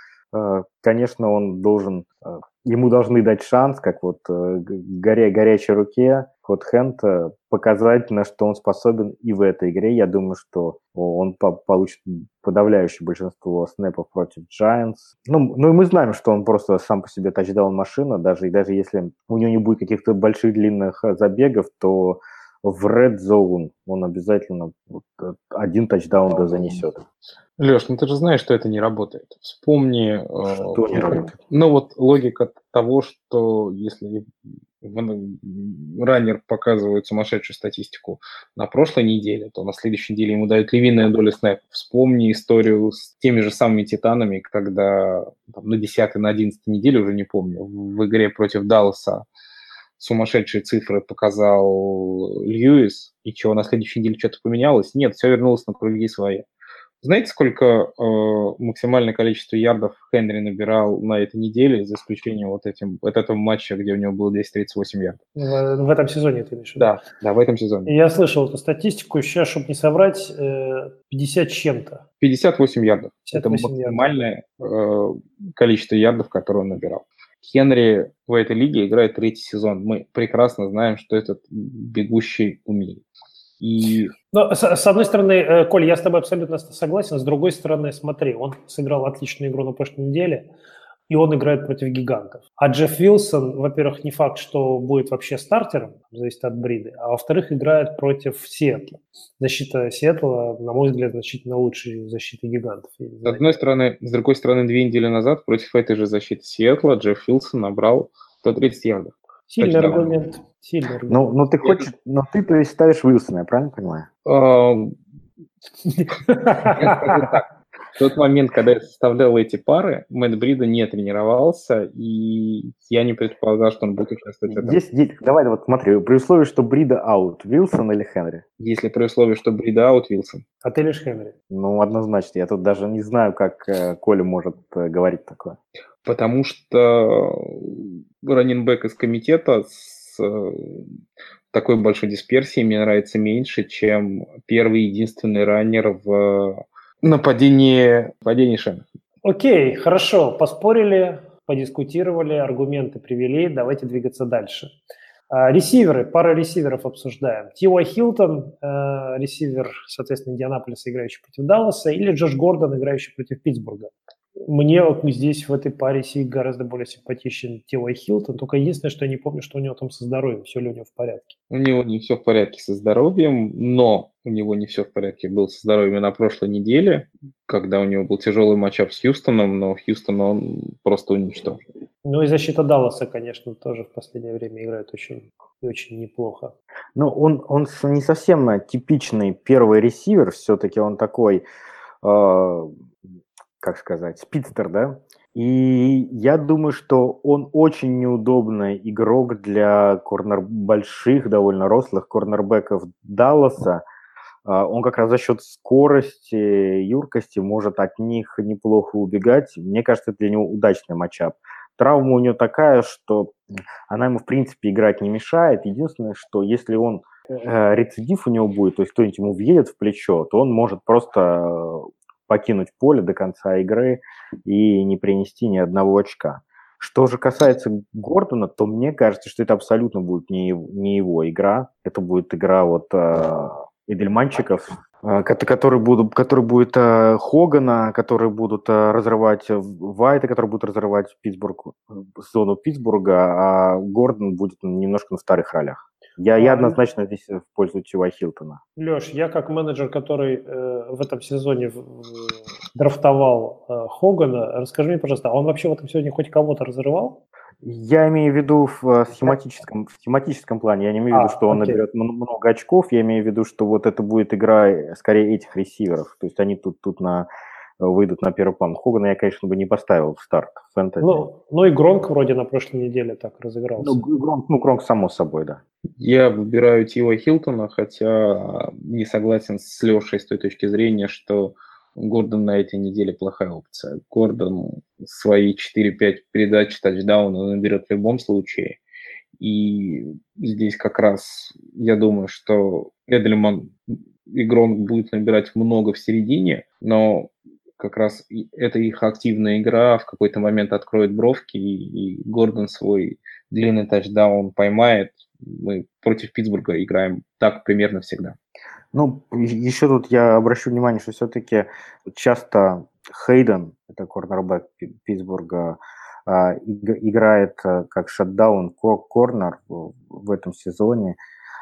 Конечно, он должен, ему должны дать шанс, как вот горя, горячей руке, Хот Хэнд, показать, на что он способен и в этой игре. Я думаю, что он по- получит подавляющее большинство снэпов против Giants. Ну, ну и мы знаем, что он просто сам по себе тачдаун-машина, даже, и даже если у него не будет каких-то больших длинных забегов, то в Red Zone он обязательно вот один тачдаун да занесет. Леш, ну ты же знаешь, что это не работает. Вспомни... Что э, не работает? Ну вот логика того, что если раннер показывает сумасшедшую статистику на прошлой неделе, то на следующей неделе ему дают львиная доля снэпов. Вспомни историю с теми же самыми Титанами, когда там, на десятой, на одиннадцатой неделе, уже не помню, в игре против Далласа сумасшедшие цифры показал Льюис, и чего, на следующей неделе что-то поменялось? Нет, все вернулось на круги свои. Знаете, сколько э, максимальное количество ярдов Хенри набирал на этой неделе, за исключением вот, этим, вот этого матча, где у него было двести тридцать восемь ярдов? В, в этом сезоне ты имеешь в виду? Да, да, в этом сезоне. Я слышал эту статистику, сейчас, чтобы не соврать, пятьдесят чем-то. пятьдесят восемь ярдов. пятьдесят восемь это максимальное э, количество ярдов, которое он набирал. Хенри в этой лиге играет третий сезон. Мы прекрасно знаем, что этот бегущий умеет. И... Но, с, с одной стороны, Коль, я с тобой абсолютно согласен. С другой стороны, смотри, он сыграл отличную игру на прошлой неделе, и он играет против гигантов. А Джефф Уилсон, во-первых, не факт, что будет вообще стартером, зависит от бриды, а во-вторых, играет против Сиэтла. Защита Сиэтла, на мой взгляд, значительно лучше защиты гигантов. С одной стороны, с другой стороны, две недели назад против этой же защиты Сиэтла Джефф Уилсон набрал сто тридцать ярдов. Сильный аргумент. Сильный аргумент. Ну, ну, ты хочешь, но ты, то есть, ставишь Уилсона, я правильно понимаю? В тот момент, когда я составлял эти пары, Мэтт Брида не тренировался, и я не предполагал, что он будет участвовать в этом. Здесь, здесь, давай вот смотри, при условии, что Брида аут, Уилсон или Хенри? Если при условии, что Брида аут, Уилсон. А ты лишь Хенри? Ну, однозначно. Я тут даже не знаю, как э, Коля может э, говорить такое. Потому что раннинбэк из комитета с такой большой дисперсии мне нравится меньше, чем первый единственный раннер в нападении, нападении Шена. Окей, хорошо, поспорили, подискутировали, аргументы привели, давайте двигаться дальше. Ресиверы, пара ресиверов обсуждаем. Ти Уай Хилтон, э, ресивер, соответственно, Индианаполиса, играющий против Далласа, или Джош Гордон, играющий против Питтсбурга. Мне вот здесь в этой паре сик гораздо более симпатичен Ти Уай Хилтон, только единственное, что я не помню, что у него там со здоровьем, все ли у него в порядке. У него не все в порядке со здоровьем, но у него не все в порядке было со здоровьем на прошлой неделе, когда у него был тяжелый матчап с Хьюстоном, но Хьюстон он просто уничтожил. Ну и защита Далласа, конечно, тоже в последнее время играет очень, очень неплохо. Ну, он, он не совсем типичный первый ресивер, все-таки он такой, э, как сказать, спидстер, да? И я думаю, что он очень неудобный игрок для корнер больших, довольно рослых корнербеков Далласа. Он как раз за счет скорости, юркости может от них неплохо убегать. Мне кажется, это для него удачный матчап. Травма у него такая, что она ему, в принципе, играть не мешает. Единственное, что если он э, рецидив у него будет, то есть кто-нибудь ему въедет в плечо, то он может просто покинуть поле до конца игры и не принести ни одного очка. Что же касается Гордона, то мне кажется, что это абсолютно будет не его, не его игра. Это будет игра вот э, Эдельманчиков, который, будут, который будет э, Хогана, которые будут э, разрывать Вайта, которые будут разрывать Питтсбург, зону Питтсбурга, а Гордон будет немножко на вторых ролях. Я, а, я однозначно здесь в пользу Ти Уай Хилтона. Леш, я как менеджер, который э, в этом сезоне в, в, драфтовал э, Хогана, расскажи мне, пожалуйста, а он вообще в этом сезоне хоть кого-то разрывал? Я имею в виду в схематическом, в схематическом плане. Я не имею в виду, а, что он окей. наберет много очков. Я имею в виду, что вот это будет игра скорее этих ресиверов. То есть они тут, тут на, выйдут на первый план. Хогана я, конечно, бы не поставил в старт в фэнтези. Ну, ну и Гронк вроде на прошлой неделе так разыгрался. Ну, Гронк, ну, Гронк само собой, да. Я выбираю Ти Уай Хилтона, хотя не согласен с Лешей с той точки зрения, что Гордон на этой неделе плохая опция. Гордон свои четыре-пять передач, тачдаун он наберет в любом случае. И здесь как раз я думаю, что Эдельман и Гронк будут набирать много в середине, но как раз это их активная игра в какой-то момент откроет бровки, и Гордон свой длинный тачдаун поймает. Мы против Питтсбурга играем так примерно всегда. Ну, еще тут я обращу внимание, что все-таки часто Хейден, это корнербэк Питтсбурга, играет как шатдаун корнер в этом сезоне,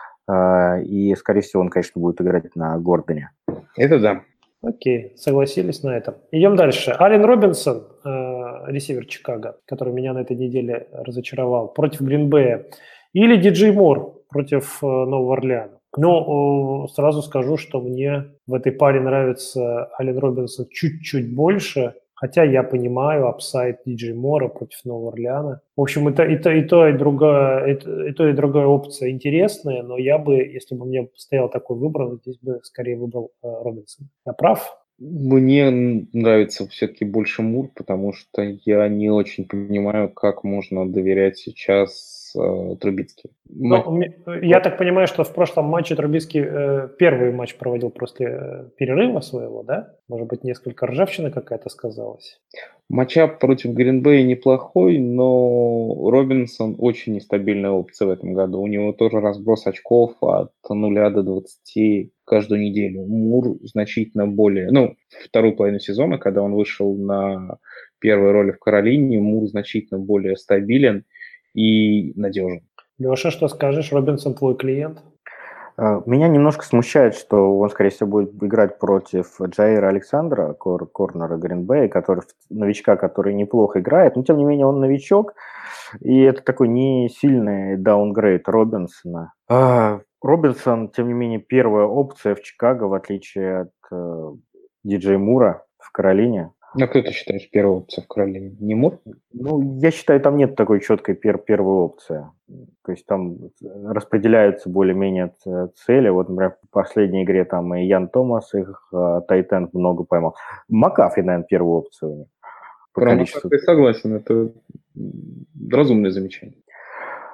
и, скорее всего, он, конечно, будет играть на Гордоне. Это да. Окей, согласились на этом. Идем дальше. Аллен Робинсон, э, ресивер Чикаго, который меня на этой неделе разочаровал, против Грин-Бэя, или Диджей Мур против э, Нового Орлеана. Но э, сразу скажу, что мне в этой паре нравится Аллен Робинсон чуть-чуть больше, хотя я понимаю апсайд Диджей Мура против Нового Орлеана. В общем, это и то, и то, и другая, и, и то, и другая опция интересная, но я бы, если бы мне стоял такой выбор, здесь бы скорее выбрал э, Робинсона. Я прав? Мне нравится все-таки больше Мур, потому что я не очень понимаю, как можно доверять сейчас э, Трубицки. Ну, я так понимаю, что в прошлом матче Трубицкий э, первый матч проводил после э, перерыва своего, да? Может быть, несколько ржавчина какая-то сказалась? Матчап против Грин-Бэя неплохой, но Робинсон очень нестабильная опция в этом году. У него тоже разброс очков от нуля до двадцати каждую неделю. Мур значительно более... Ну, вторую половину сезона, когда он вышел на первой роли в Каролине, Мур значительно более стабилен и надежен. Леша, что скажешь? Робинсон твой клиент? Меня немножко смущает, что он, скорее всего, будет играть против Джаира Александра, кор- корнера Грин-Бэя, который, новичка, который неплохо играет, но, тем не менее, он новичок, и это такой не сильный даунгрейд Робинсона. А, Робинсон, тем не менее, первая опция в Чикаго, в отличие от э, Диджей Мура в Каролине. А кто ты считаешь первой опцией в Каролине? Не Мур? Ну, я считаю, там нет такой четкой пер- первой опции. То есть там распределяются более-менее цели. Вот, например, в последней игре там и Ян Томас, их тайтенд много поймал. Макафри, наверное, первую опцию у них. Про Макафри согласен, это разумное замечание.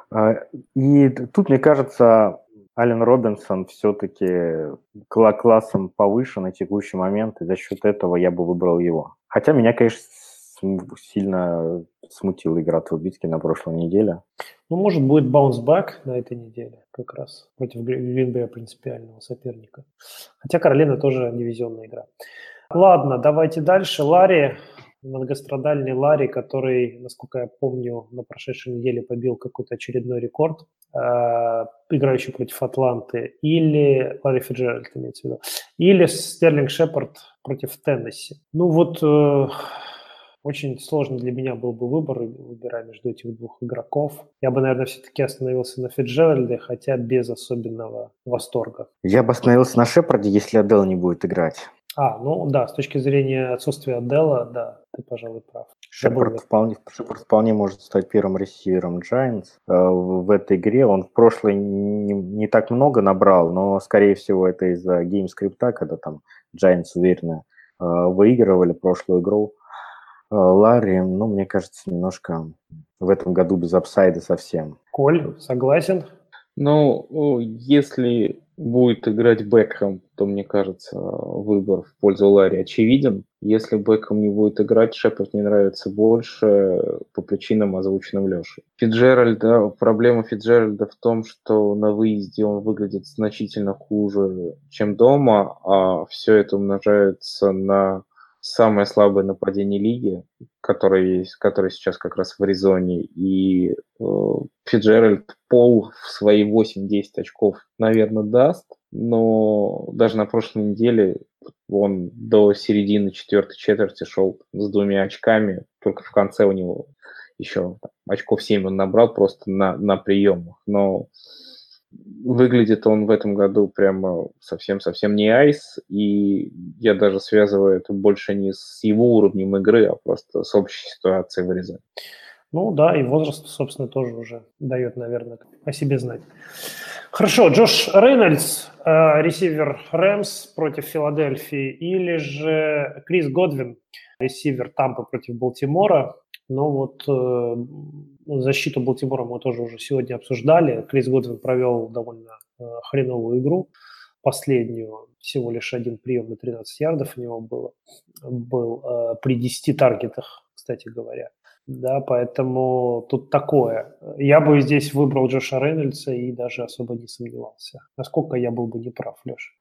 И тут, мне кажется, Аллен Робинсон все-таки классом повыше на текущий момент, и за счет этого я бы выбрал его. Хотя меня, конечно, сильно смутила игра Трубицки на прошлой неделе. Ну, может, будет баунс-бэк на этой неделе как раз против Грин-Бэя, принципиального соперника. Хотя Каролина тоже дивизионная игра. Ладно, давайте дальше. Ларри, многострадальный Ларри, который, насколько я помню, на прошедшей неделе побил какой-то очередной рекорд, э, играющий против Атланты, или Ларри Фиджеральд, имеется в виду, или Стерлинг Шепард против Теннесси. Ну вот... Э, Очень сложно для меня был бы выбор, выбирая между этих двух игроков. Я бы, наверное, все-таки остановился на Фитджеральде, хотя без особенного восторга. Я бы остановился на Шепарде, если Адел не будет играть. А, ну да, с точки зрения отсутствия Адела, да, ты, пожалуй, прав. Шепард вполне, Шепард вполне может стать первым ресивером Giants э, в этой игре. Он в прошлой не, не так много набрал, но, скорее всего, это из-за геймскрипта, когда там Giants уверенно э, выигрывали прошлую игру. Ларри, ну, мне кажется, немножко в этом году без апсайда совсем. Коль, согласен? Ну, если будет играть Бекхэм, то, мне кажется, выбор в пользу Ларри очевиден. Если Бекхэм не будет играть, Шепард мне нравится больше по причинам, озвученным Лешей. Фитджеральда, проблема Фитджеральда в том, что на выезде он выглядит значительно хуже, чем дома, а все это умножается на самое слабое нападение лиги, которое есть, которое сейчас как раз в Аризоне, и э, Фитджеральд пол в свои восемь-десять очков, наверное, даст, но даже на прошлой неделе он до середины четвертой четверти шел с двумя очками, только в конце у него еще там, очков семь он набрал просто на, на приемах, но выглядит он в этом году прямо совсем-совсем не айс, и я даже связываю это больше не с его уровнем игры, а просто с общей ситуацией в Аризоне. Ну да, и возраст, собственно, тоже уже дает, наверное, о себе знать. Хорошо, Джош Рейнольдс, э, ресивер Рэмс против Филадельфии, или же Крис Годвин, ресивер Тампы против Балтимора. Но вот э, защиту Балтимора мы тоже уже сегодня обсуждали. Крис Годвин провел довольно э, хреновую игру, последнюю, всего лишь один прием на тринадцать ярдов у него было, был э, при десяти таргетах, кстати говоря. Да, поэтому тут такое. Я бы здесь выбрал Джоша Рейнольдса и даже особо не сомневался. Насколько я был бы неправ, Леша?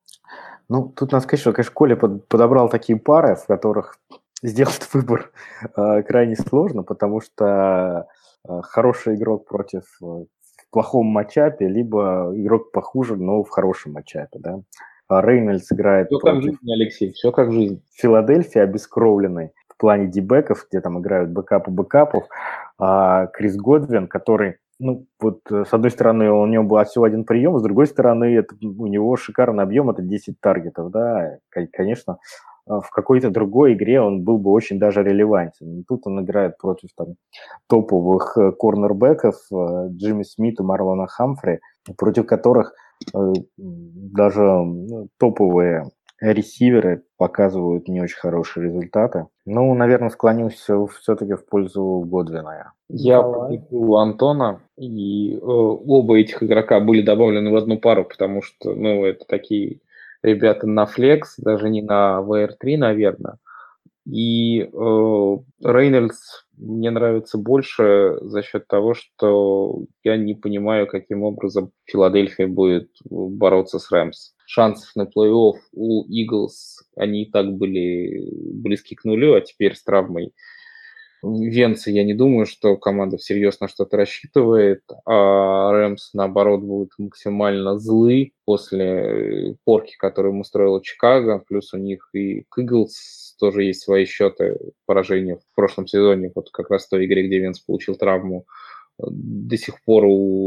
Ну, тут надо сказать, что, конечно, Коля подобрал такие пары, в которых сделать выбор э, крайне сложно, потому что э, хороший игрок против э, в плохом матчапе, либо игрок похуже, но в хорошем матчапе, да. А Рейнольдс играет все против... как в жизни, Алексей, все как в жизни. Филадельфии, обескровленный в плане дебеков, где там играют бэкапы бэкапов, а Крис Годвин, который, ну, вот с одной стороны у него был всего один прием, с другой стороны это, у него шикарный объем, это десять таргетов, да, конечно, в какой-то другой игре он был бы очень даже релевантен. Тут он играет против там, топовых корнербеков Джимми Смита, Марлона Хамфри, против которых э, даже ну, топовые ресиверы показывают не очень хорошие результаты. Ну, наверное, склонюсь все-таки в пользу Годвина. Я поддержу Антона, и э, оба этих игрока были добавлены в одну пару, потому что, ну, это такие... ребята на флекс, даже не на ви ар три, наверное. И э, Рейнольдс мне нравится больше за счет того, что я не понимаю, каким образом Филадельфия будет бороться с Рэмс. Шансов на плей-офф у Иглс, они и так были близки к нулю, а теперь с травмой Венца я не думаю, что команда всерьез на что-то рассчитывает, а Рэмс, наоборот, будут максимально злы после порки, которую им устроила Чикаго, плюс у них и к Иглс тоже есть свои счеты поражения в прошлом сезоне, вот как раз в той игре, где Венц получил травму, до сих пор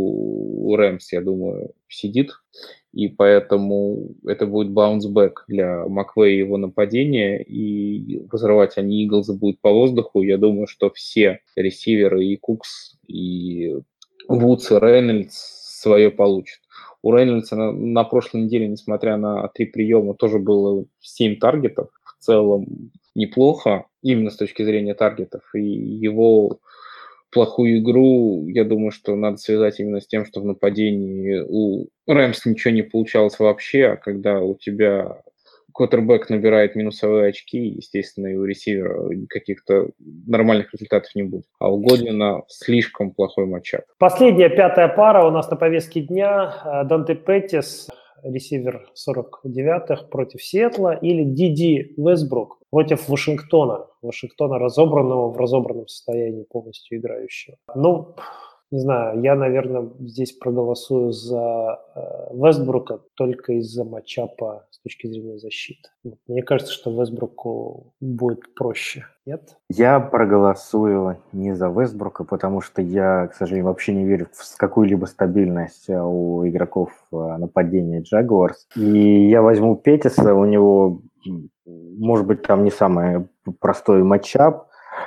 у Рэмс, я думаю, сидит, и поэтому это будет баунсбэк для Маквея и его нападения, и разрывать они Иглза будут по воздуху. Я думаю, что все ресиверы, и Кукс, и Вудс, и Рейнольдс свое получат. У Рейнольдса на, на прошлой неделе, несмотря на три приема, тоже было семь таргетов. В целом неплохо, именно с точки зрения таргетов, и его плохую игру, я думаю, что надо связать именно с тем, что в нападении у Рэмс ничего не получалось вообще, а когда у тебя квотербэк набирает минусовые очки, естественно, и у ресивера каких-то нормальных результатов не будет. А у Годвина слишком плохой матчап. Последняя, пятая пара у нас на повестке дня. Данте Петтис, ресивер сорок девятых против Сиэтла, или Диди Вестбрук против Вашингтона. Вашингтона, разобранного в разобранном состоянии, полностью играющего. Ну, не знаю, я, наверное, здесь проголосую за э, Вестбрука только из-за матчапа с точки зрения защиты. Мне кажется, что Вестбруку будет проще. Нет? Я проголосую не за Вестбрука, потому что я, к сожалению, вообще не верю в какую-либо стабильность у игроков нападения Джагуарс. И я возьму Петтиса, у него, может быть, там не самый простой матчап,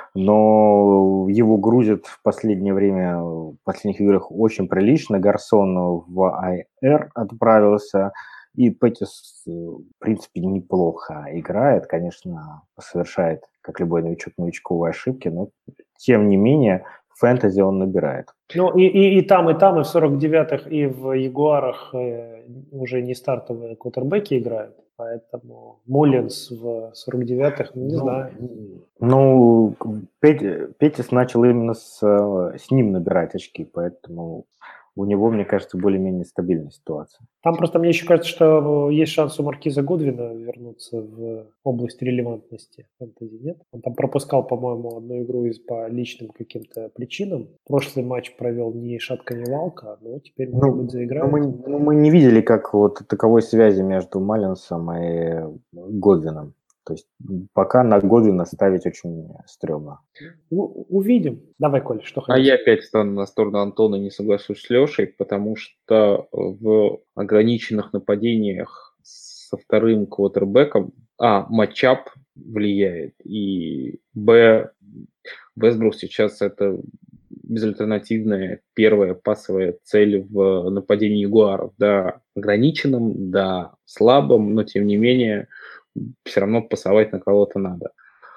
но его грузят в последнее время, в последних играх очень прилично. Гарсон в ай ар отправился, и Петтис, в принципе, неплохо играет. Конечно, совершает, как любой новичок, новичковые ошибки, но, тем не менее, в фэнтези он набирает. Ну, и, и, и там, и там, и в сорок девятых, и в Ягуарах э, уже не стартовые квотербеки играют. Поэтому Муллинс в сорок девятых, ну, не ну, знаю. Ну, Петтис начал именно с, с ним набирать очки, поэтому у него, мне кажется, более-менее стабильная ситуация. Там просто мне еще кажется, что есть шанс у Маркиза Годвина вернуться в область релевантности фэнтези, нет? Он там пропускал, по-моему, одну игру из по личным каким-то причинам. Прошлый матч провел ни шатка, ни валка, но теперь, может ну, быть, заиграет. Мы, ну, мы не видели как вот таковой связи между Маллинсом и Годвином. То есть пока на Годвина ставить очень стрёмно. У- увидим. Давай, Коль, что А хотите? я опять стану на сторону Антона, не соглашусь с Лешей, потому что в ограниченных нападениях со вторым квотербеком, а, матчап влияет, и, б, Вестбрук сейчас это безальтернативная первая пасовая цель в нападении Ягуаров. Да, ограниченным, да, слабым, но тем не менее все равно пасовать на кого-то надо.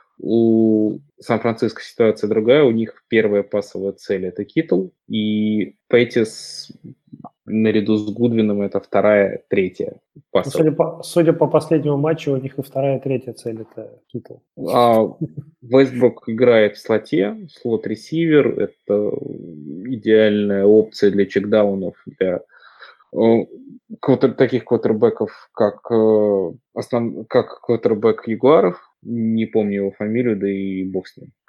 У Сан-Франциско ситуация другая, у них первая пасовая цель – это Киттл, и Петтис наряду с Гудвином это вторая, третья пасовая. Судя по, судя по последнему матчу, у них и вторая, и третья цель – это Киттл. А Вестбрук играет в слоте, слот-ресивер – это идеальная опция для чекдаунов, для квотер, таких квотербеков, как, основ, как квотербек Ягуаров, не помню его фамилию, да и бог с ним.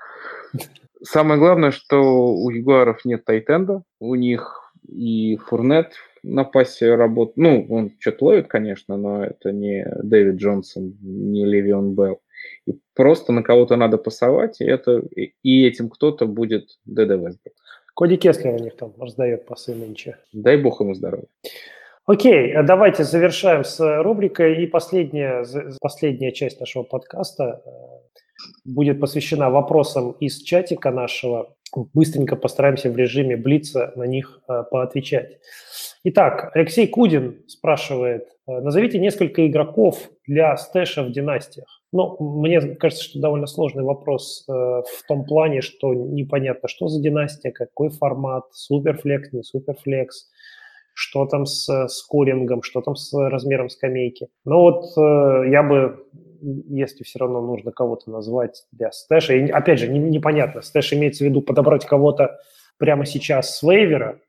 Самое главное, что у Ягуаров нет тайтенда, у них и Фурнет на пасе работает, ну, он что-то ловит, конечно, но это не Дэвид Джонсон, не Левион Белл. И просто на кого-то надо пасовать, и, это, и этим кто-то будет ДД Вестбрук. Коди Кеслер у них там раздает пасы нынче. Дай бог ему здоровья. Окей, давайте завершаем с рубрикой. И последняя, последняя часть нашего подкаста будет посвящена вопросам из чатика нашего. Быстренько постараемся в режиме блица на них поотвечать. Итак, Алексей Кудин спрашивает, назовите несколько игроков для стэша в династиях. Ну, мне кажется, что довольно сложный вопрос э, в том плане, что непонятно, что за династия, какой формат, суперфлекс, не суперфлекс, что там с скорингом, что там с размером скамейки. Но вот э, я бы, если все равно нужно кого-то назвать для стэша, и опять же, не, непонятно, стэш имеется в виду подобрать кого-то прямо сейчас с вейвера.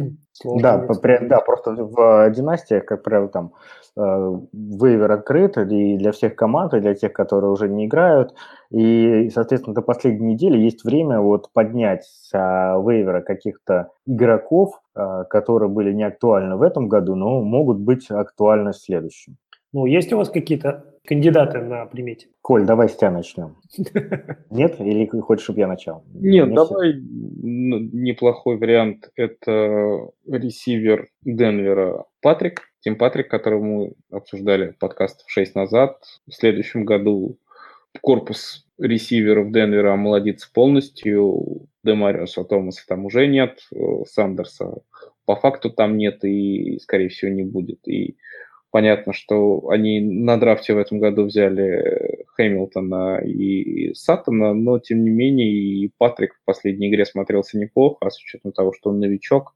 Да, попри, да, просто в династиях, как правило, там э, вейвер открыт и для всех команд, и для тех, которые уже не играют. И, соответственно, до последней недели есть время вот поднять с э, вейвера каких-то игроков, э, которые были не актуальны в этом году, но могут быть актуальны в следующем. Ну, есть у вас какие-то кандидаты на примете? Коль, давай с тебя начнем. Нет? Или хочешь, чтобы я начал? Нет, давай неплохой вариант. Это ресивер Денвера Патрик. Тим Патрик, которого мы обсуждали подкаст шесть назад. В следующем году корпус ресиверов Денвера омолодится полностью. Демариуса Томаса там уже нет. Сандерса по факту там нет и, скорее всего, не будет. И Понятно, что они на драфте в этом году взяли Хэмилтона и Саттона, но, тем не менее, и Патрик в последней игре смотрелся неплохо, а с учетом того, что он новичок,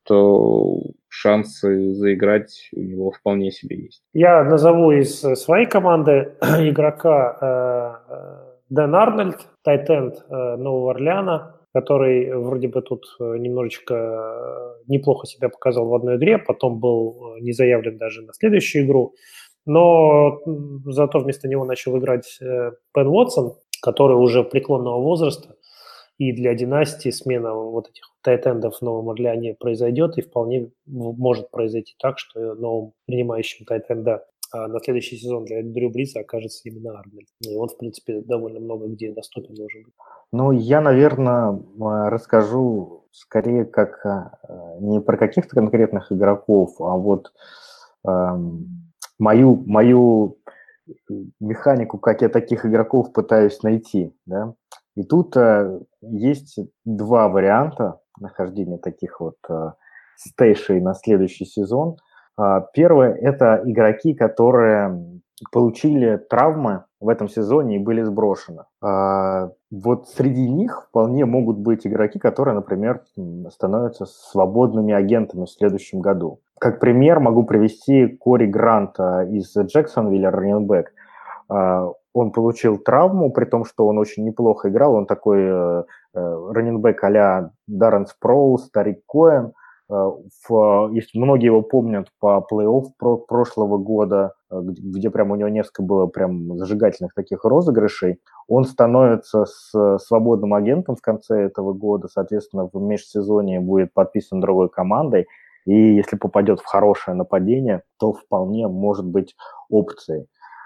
то шансы заиграть у него вполне себе есть. Я назову из своей команды игрока э, Дэн Арнольд, тайтенд э, Нового Орлеана, который вроде бы тут немножечко неплохо себя показал в одной игре, потом был не заявлен даже на следующую игру, но зато вместо него начал играть Пен Уотсон, который уже преклонного возраста, и для династии смена вот этих тайтендов в Новом Орлеане произойдет, и вполне может произойти так, что новым принимающим тайтенда на следующий сезон для Дрю Бриса окажется именно Арнольд. И он, в принципе, довольно много где доступен должен быть. Ну, я, наверное, расскажу скорее как не про каких-то конкретных игроков, а вот эм, мою, мою механику, как я таких игроков пытаюсь найти. Да? И тут э, есть два варианта нахождения таких вот э, стейшей на следующий сезон. Первое – это игроки, которые получили травмы в этом сезоне и были сброшены. Вот среди них вполне могут быть игроки, которые, например, становятся свободными агентами в следующем году. Как пример могу привести Кори Гранта из Джексонвилля, раннинбэк. Он получил травму, при том, что он очень неплохо играл. Он такой раннинбэк а-ля Даррен Спроулс, Тарик Коэн. В, если многие его помнят по плей-офф про, прошлого года, где, где прям у него несколько было прям зажигательных таких розыгрышей, он становится с свободным агентом в конце этого года, соответственно, в межсезонье будет подписан другой командой, и если попадет в хорошее нападение, то вполне может быть опцией.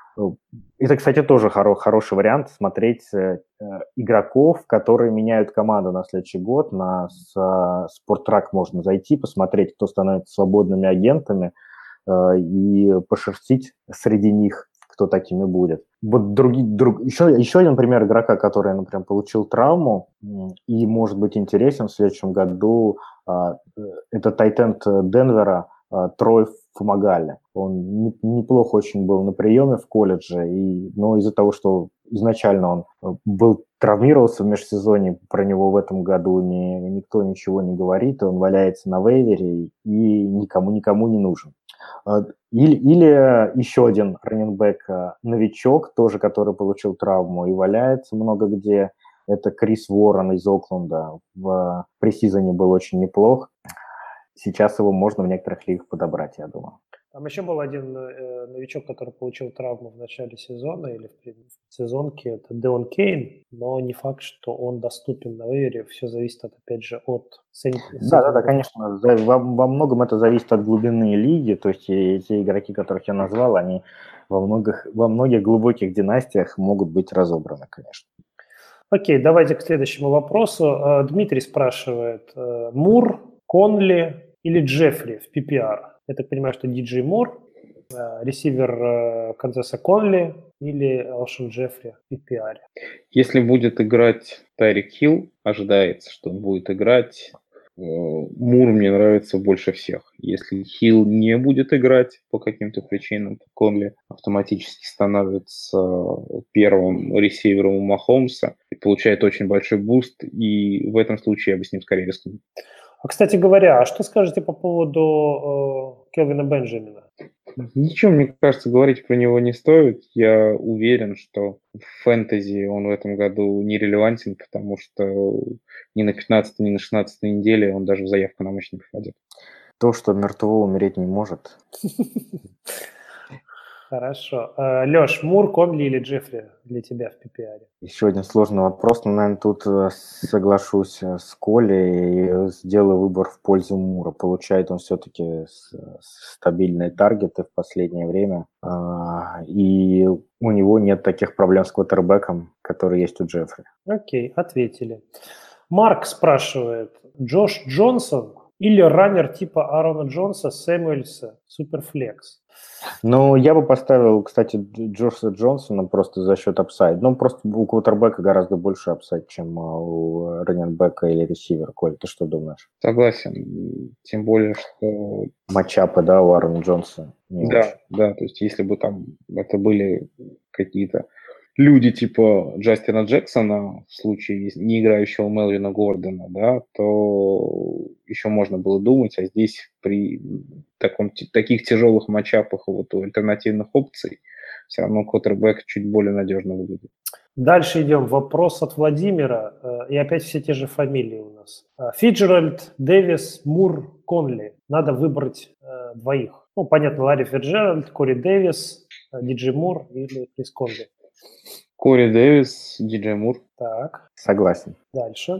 Это, кстати, тоже хоро- хороший вариант смотреть э, игроков, которые меняют команду на следующий год. На Спорттрак можно зайти, посмотреть, кто становится свободными агентами э, и пошерстить среди них, кто такими будет. Вот другие, друг, еще, еще один пример игрока, который, например, получил травму и может быть интересен в следующем году, э, это тайтенд Денвера э, Трой Фумагалли. Он неплохо очень был на приеме в колледже, и, но из-за того, что изначально он был травмировался в межсезонье, про него в этом году не, никто ничего не говорит, он валяется на вейвере и никому никому не нужен. Или, или еще один раннинбэк, новичок, тоже который получил травму и валяется много где, это Крис Уоррен из Окленда. В пресизоне был очень неплох. Сейчас его можно в некоторых лигах подобрать, я думаю. Там еще был один э, новичок, который получил травму в начале сезона или в, в сезонке, это Деон Кейн, но не факт, что он доступен на вейвере, все зависит, от, опять же, от... Да, да, да, конечно, во, во многом это зависит от глубины лиги, то есть и те игроки, которых я назвал, они во многих, во многих глубоких династиях могут быть разобраны, конечно. Окей, давайте к следующему вопросу. Дмитрий спрашивает, Мур, Конли или Джеффри в пи пи ар? Я так понимаю, что Ди Джей Мур, ресивер Канзаса Конли или Алшон Джеффри в пи пи ар. Если будет играть Тайрик Хилл, ожидается, что он будет играть. Мур мне нравится больше всех. Если Хилл не будет играть по каким-то причинам, то Конли автоматически становится первым ресивером у Махомса и получает очень большой буст, и в этом случае я бы с ним скорее рискнул. А, кстати говоря, а что скажете по поводу э, Келвина Бенджамина? Ничего, мне кажется, говорить про него не стоит. Я уверен, что в фэнтези он в этом году нерелевантен, потому что ни на пятнадцатой, ни на шестнадцатой неделе он даже в заявку на матч не попадет. То, что мертвого умереть не может. Хорошо. Леш, Мур, Конли или Джеффри для тебя в пи пи ар? Еще один сложный вопрос, но, наверное, тут соглашусь с Колей и сделаю выбор в пользу Мура. Получает он все-таки стабильные таргеты в последнее время, и у него нет таких проблем с квотербеком, которые есть у Джеффри. Окей, ответили. Марк спрашивает, Джош Джонсон или раннер типа Аарона Джонса, Сэмюэльса, Суперфлекс? Ну, я бы поставил, кстати, Джоша Джонсона просто за счет апсайд. Ну, просто у квотербека гораздо больше апсайд, чем у раннинбека или ресивера. Коль, ты что думаешь? Согласен. Тем более, что... Матчапы, да, у Аарона Джонса. Да, очень. Да, то есть если бы там это были какие-то люди типа Джастина Джексона, в случае не играющего Мелвина Гордона, да, то еще можно было думать, а здесь при таком, таких тяжелых матчапах вот у альтернативных опций все равно квотербэк чуть более надежно выглядит. Дальше идем. Вопрос от Владимира. И опять все те же фамилии у нас. Фиджеральд, Дэвис, Мур, Конли. Надо выбрать э, двоих. Ну, понятно, Ларри Фиджеральд, Кори Дэвис, Диджей Мур или Крис Конли. Кори Дэвис, Диджей Мур. Так. Согласен. Дальше.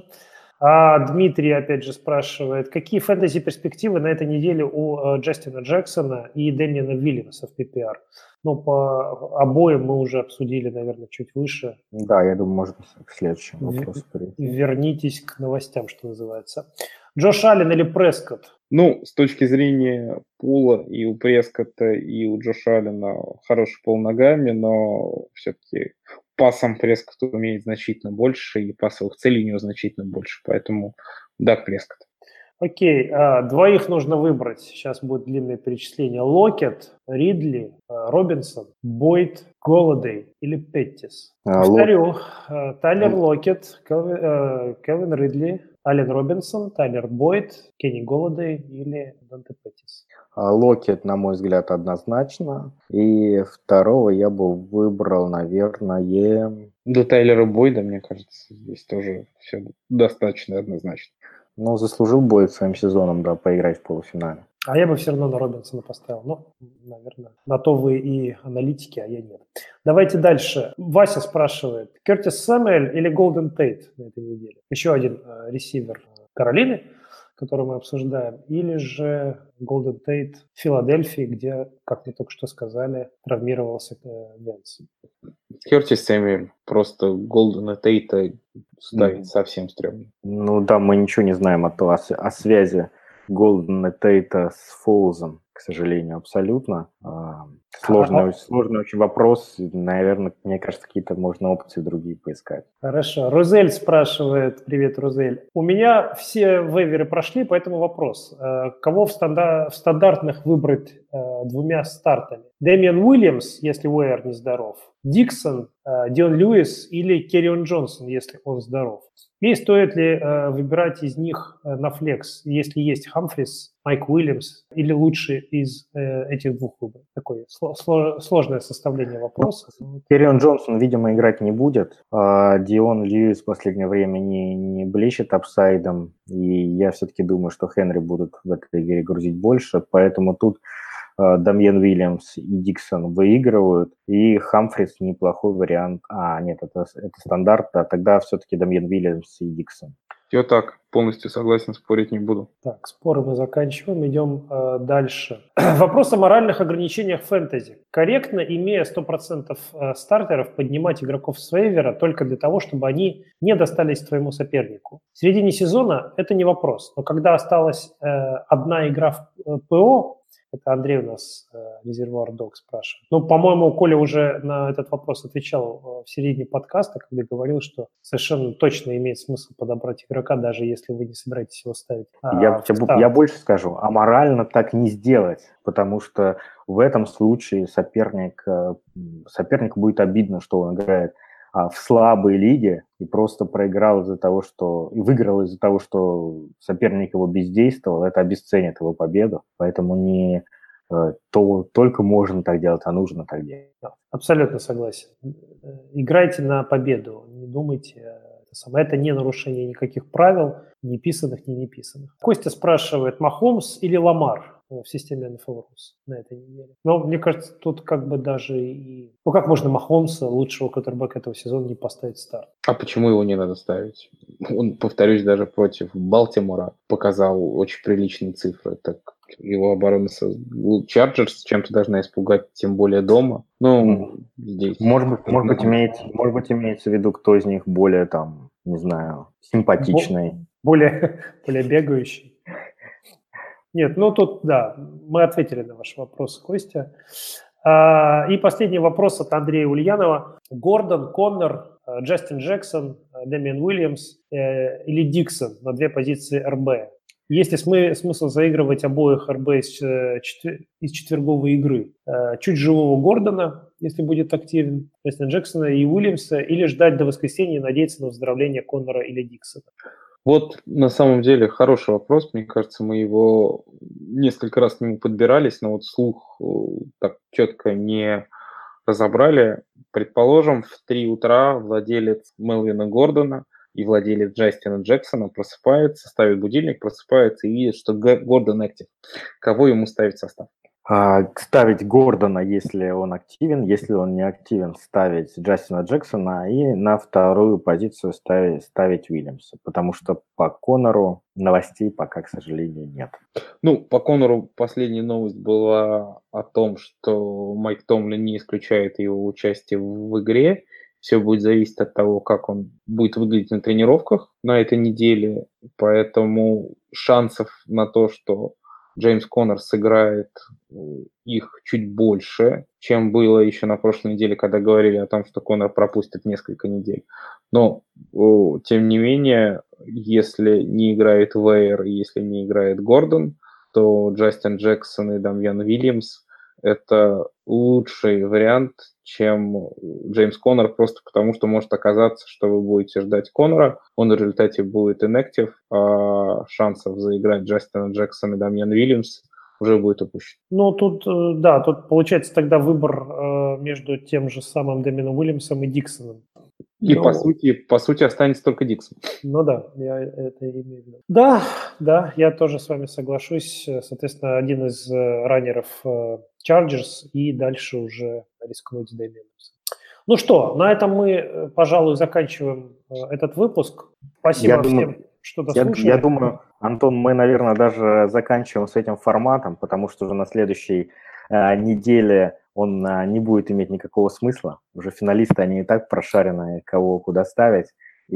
А Дмитрий, опять же, спрашивает, какие фэнтези-перспективы на этой неделе у э, Джастина Джексона и Дэмиана Уильямса в пи пи ар? Ну, по обоим мы уже обсудили, наверное, чуть выше. Да, я думаю, можно к следующему вопросу перейти. Вернитесь к новостям, что называется. Джош Аллен или Прескотт? Ну, с точки зрения пула и у Прескотта, и у Джоша Аллена хороший пол ногами, но все-таки пасом Прескотт умеет значительно больше, и пасовых целей у него значительно больше. Поэтому да, Прескотт. Окей, а, двоих нужно выбрать. Сейчас будет длинное перечисление. Локет, Ридли, Робинсон, Бойд, Голладей или Петтис. Повторю. А, Тайлер Локет, Келвин, Келвин Ридли, Аллен Робинсон, Тайлер Бойд, Кенни Голладей или Данте Петтис. Локет, на мой взгляд, однозначно. И второго я бы выбрал, наверное... До Тайлера Бойда, мне кажется, здесь тоже все достаточно однозначно. Ну, заслужил Бойд своим сезоном, да, поиграть в полуфинале. А я бы все равно на Робинсона поставил. Ну, наверное, на то вы и аналитики, а я нет. Давайте дальше. Вася спрашивает, Кертис Сэмюэль или Голден Тейт на этой неделе? Еще один э, ресивер Каролины, который мы обсуждаем, или же Голден Тейт в Филадельфии, где, как мы только что сказали, травмировался э, Венс. Кертис Сэмюэль. Просто Голдена Тейта ставить mm. совсем стрёмно. Ну да, мы ничего не знаем о, то, о, о связи Голдена Тейта с Фоузом, к сожалению, абсолютно. Сложный, а, сложный очень вопрос. Наверное, мне кажется, какие-то можно опции другие поискать. Хорошо. Рузель спрашивает. Привет, Рузель. У меня все вейверы прошли, поэтому вопрос. Кого в, стандар- в стандартных выбрать двумя стартами? Дэмиан Уильямс, если Уэйр не здоров, Диксон, Дион Льюис или Керрион Джонсон, если он здоров. И стоит ли э, выбирать из них э, на флекс, если есть Хамфрис, Майк Уильямс, или лучше из э, этих двух выборов? Такое сло- сложное составление вопроса. Керрион Джонсон, видимо, играть не будет. А Дион Льюис в последнее время не, не блещет апсайдом, и я все-таки думаю, что Хенри будут в этой игре грузить больше, поэтому тут Дамьен Уильямс и Диксон выигрывают, и Хамфрис неплохой вариант. А, нет, это, это стандарт, а тогда все-таки Дамьен Уильямс и Диксон. Я так, полностью согласен, спорить не буду. Так, споры мы заканчиваем, идем э, дальше. Вопрос о моральных ограничениях фэнтези. Корректно, имея сто процентов стартеров, поднимать игроков с вейвера только для того, чтобы они не достались твоему сопернику? В середине сезона это не вопрос, но когда осталась э, одна игра в ПО, это Андрей у нас, э, Резервуар Дог, спрашивает. Ну, по-моему, Коля уже на этот вопрос отвечал в середине подкаста, когда говорил, что совершенно точно имеет смысл подобрать игрока, даже если вы не собираетесь его ставить. А, я, я, я больше скажу, аморально так не сделать, потому что в этом случае соперник, сопернику будет обидно, что он играет в слабой лиге и просто проиграл из-за того, что... и выиграл из-за того, что соперник его бездействовал, это обесценит его победу. Поэтому не то, только можно так делать, а нужно так делать. Абсолютно согласен. Играйте на победу, не думайте... Это не нарушение никаких правил, ни писанных, ни неписанных. Костя спрашивает, Махомс или Ламар в системе эн эф эл Rus на этой неделе? Но мне кажется, тут как бы даже и... Ну как можно Махомса, лучшего квотербека этого сезона, не поставить в старт? А почему его не надо ставить? Он, повторюсь, даже против Балтимора показал очень приличные цифры. Так его оборона с Чарджерс чем-то должна испугать, тем более дома. Ну, mm. здесь... Может быть, может, быть, имеется, может быть, имеется в виду, кто из них более, там, не знаю, симпатичный. Более, более бегающий. Нет, ну тут, да, мы ответили на ваш вопрос, Костя. А, и последний вопрос от Андрея Ульянова. Гордон, Коннор, Джастин Джексон, Дэмиан Уильямс э, или Диксон на две позиции эр бэ. Есть ли смы- смысл заигрывать обоих эр бэ из, четвер- из четверговой игры? Э, чуть живого Гордона, если будет активен, Джастина Джексона и Уильямса, или ждать до воскресенья и надеяться на выздоровление Коннора или Диксона? Вот на самом деле хороший вопрос. Мне кажется, мы его несколько раз к нему подбирались, но вот слух так четко не разобрали. Предположим, в три утра владелец Мелвина Гордона и владелец Джастина Джексона просыпается, ставит будильник, просыпается и видит, что Гордон актив. Кого ему ставить в состав? А, ставить Гордона, если он активен, если он не активен, ставить Джастина Джексона и на вторую позицию ставить, ставить Уильямса, потому что по Коннору новостей пока, к сожалению, нет. Ну, по Коннору последняя новость была о том, что Майк Томлин не исключает его участие в игре. Все будет зависеть от того, как он будет выглядеть на тренировках на этой неделе, поэтому шансов на то, что Джеймс Коннор сыграет их чуть больше, чем было еще на прошлой неделе, когда говорили о том, что Коннор пропустит несколько недель. Но, тем не менее, если не играет Вейер, если не играет Гордон, то Джастин Джексон и Дамьян Уильямс – это лучший вариант, чем Джеймс Коннор, просто потому что может оказаться, что вы будете ждать Коннора, он в результате будет inactive, а шансов заиграть Джастина Джексона и Дамьян Уильямс уже будет упущен. Ну, тут, да, тут получается тогда выбор э, между тем же самым Дэмианом Уильямсом и Диксоном. И ну, по сути, по сути останется только Диксон. Ну да, я это имею в виду. Да, да, я тоже с вами соглашусь. Соответственно, один из раннеров Chargers и дальше уже рискнуть с Дэмианом. Ну что, на этом мы, пожалуй, заканчиваем этот выпуск. Спасибо я всем, думаю, что дослушали. Я, я думаю, Антон, мы, наверное, даже заканчиваем с этим форматом, потому что уже на следующей э, неделе он а, не будет иметь никакого смысла. Уже финалисты, они и так прошарены, кого куда ставить.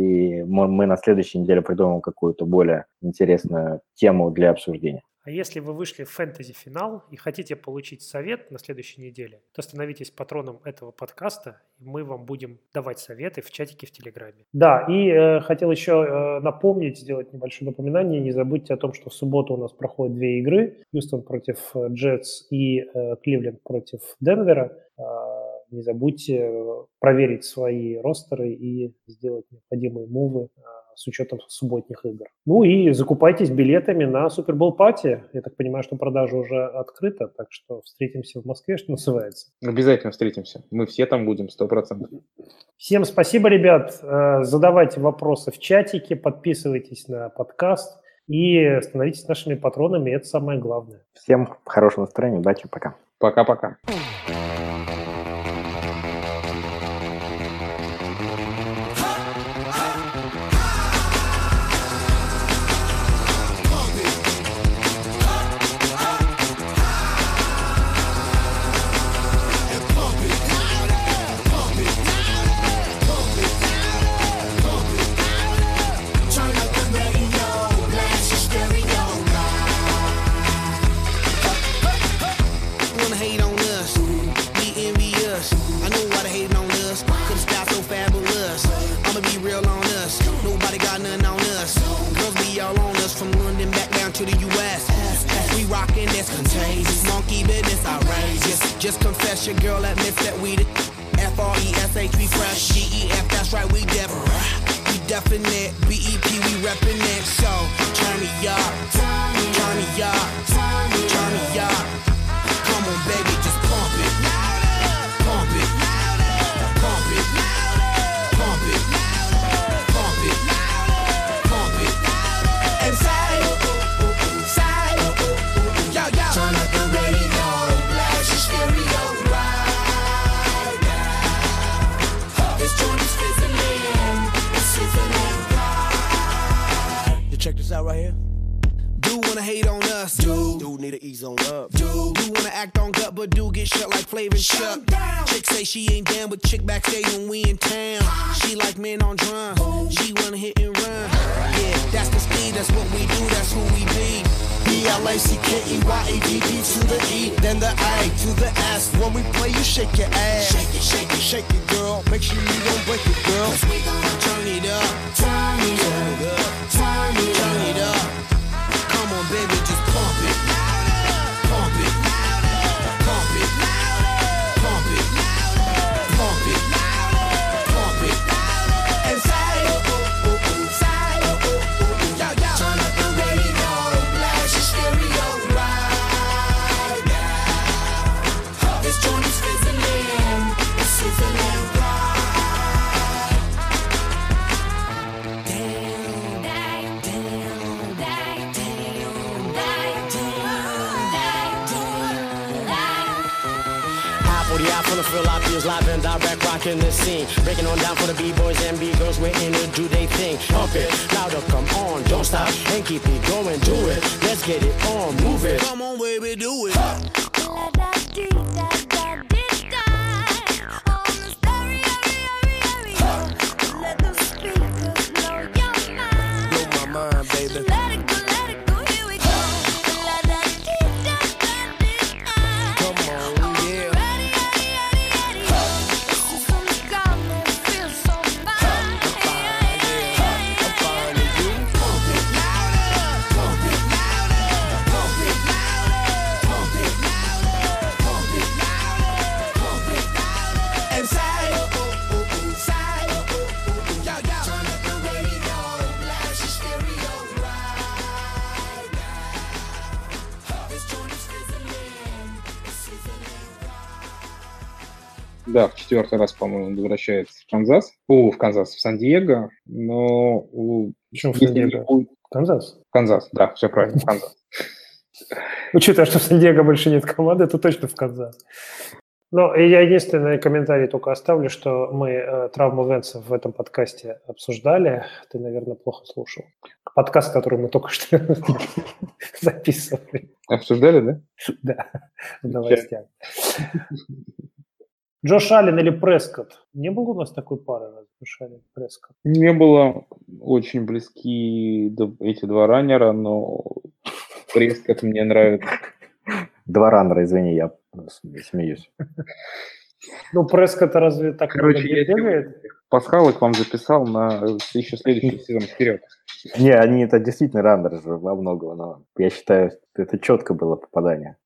И мы, мы на следующей неделе придумаем какую-то более интересную тему для обсуждения. А если вы вышли в фэнтези-финал и хотите получить совет на следующей неделе, то становитесь патроном этого подкаста, и мы вам будем давать советы в чатике в Телеграме. Да, и э, хотел еще э, напомнить, сделать небольшое напоминание. Не забудьте о том, что в субботу у нас проходят две игры. Хьюстон против Джетс и э, Кливленд против Денвера. Э, не забудьте проверить свои ростеры и сделать необходимые мувы э, с учетом субботних игр. Ну и закупайтесь билетами на Супербол пати. Я так понимаю, что продажа уже открыта, так что встретимся в Москве, что называется. Обязательно встретимся. Мы все там будем, сто процентов. Всем спасибо, ребят. Задавайте вопросы в чатике, подписывайтесь на подкаст и становитесь нашими патронами. Это самое главное. Всем хорошего настроения, удачи, пока. Пока-пока. Just confess your girl admits that we the F R E S H, we fresh. G E F, that's right, we def. We definite. B E P, we reppin' it. So, turn me up, turn me up, turn me up. Come on, baby, just pump it. Pump it. Pump it. Pump it. Pump it. Pump it. And say, say, yo, yo. Turn up the radio. Stereo right now. This joint is fizzling, it's sizzling right. You check this out right here. Dude wanna hate on us. Dude, dude need to ease on up. Dude, dude wanna act on gut, but dude get shut like Flavor and Chuck. Chick say she ain't down, but chick backstage when we in town. She like men on drums. She wanna hit and run. Yeah, that's the speed, that's what we do, that's who we be. B L A C K E Y A D D to the E, then the A to the S. When we play, you shake your ass. Shake it, shake it, shake it, girl. Make sure you don't break it, girl. Cause we gon' turn it up, turn it up, turn it up, turn it up. Come on, baby, just pump it, pump it, pump it, pump it, pump it, pump it, and say, oh, oh, oh, oh, say, oh, oh, oh, oh. Turn up the radio, blast your stereo right now. This joint is fizzling, it's sizzling right. Damn, damn, damn, damn, damn, damn, damn, damn. High for the eye, full of feel, I feels live and direct, rocking the scene. Breaking on down for the B-boys and B-girls, we're in to do they thing. Pump it, louder, come on, don't stop, and keep it going, do it. Let's get it on, move it. Come on, baby, do it. Blow my mind, baby. Come on, yeah. I'm fine with you. Pump it louder, pump it louder, pump it louder, pump it louder, pump it louder, pump it louder, and say, oh, oh, oh, oh, say, oh, oh, oh, oh. Yo, yo. Turn up the radio, blast your stereo right now. This joint is fizzling, it's sizzling right. Да, в четвертый раз, по-моему, возвращается в Канзас. О, в Канзас, в Сан-Диего, но... у- Почему в если Сан-Диего? не будет- Канзас. Канзас, да, все правильно, Канзас. Учитывая, что в Сан-Диего больше нет команды, то точно в Канзас. Ну, и я единственный комментарий только оставлю, что мы э, травму Венса в этом подкасте обсуждали. Ты, наверное, плохо слушал. Подкаст, который мы только что записывали. Обсуждали, да? Да, в новостях. Джош Аллен или Прескотт? Не было у нас такой пары, разве, Джош Аллен и Прескотт? Не было очень близки д- эти два раннера, но Прескотт мне нравится. Два раннера, извини, я см- смеюсь. Ну, Прескотт разве так много Короче, я бегает? пасхалок вам записал на еще следующий сезон вперед. Не, они это действительно раннеры же во многого, но я считаю, это четко было попадание.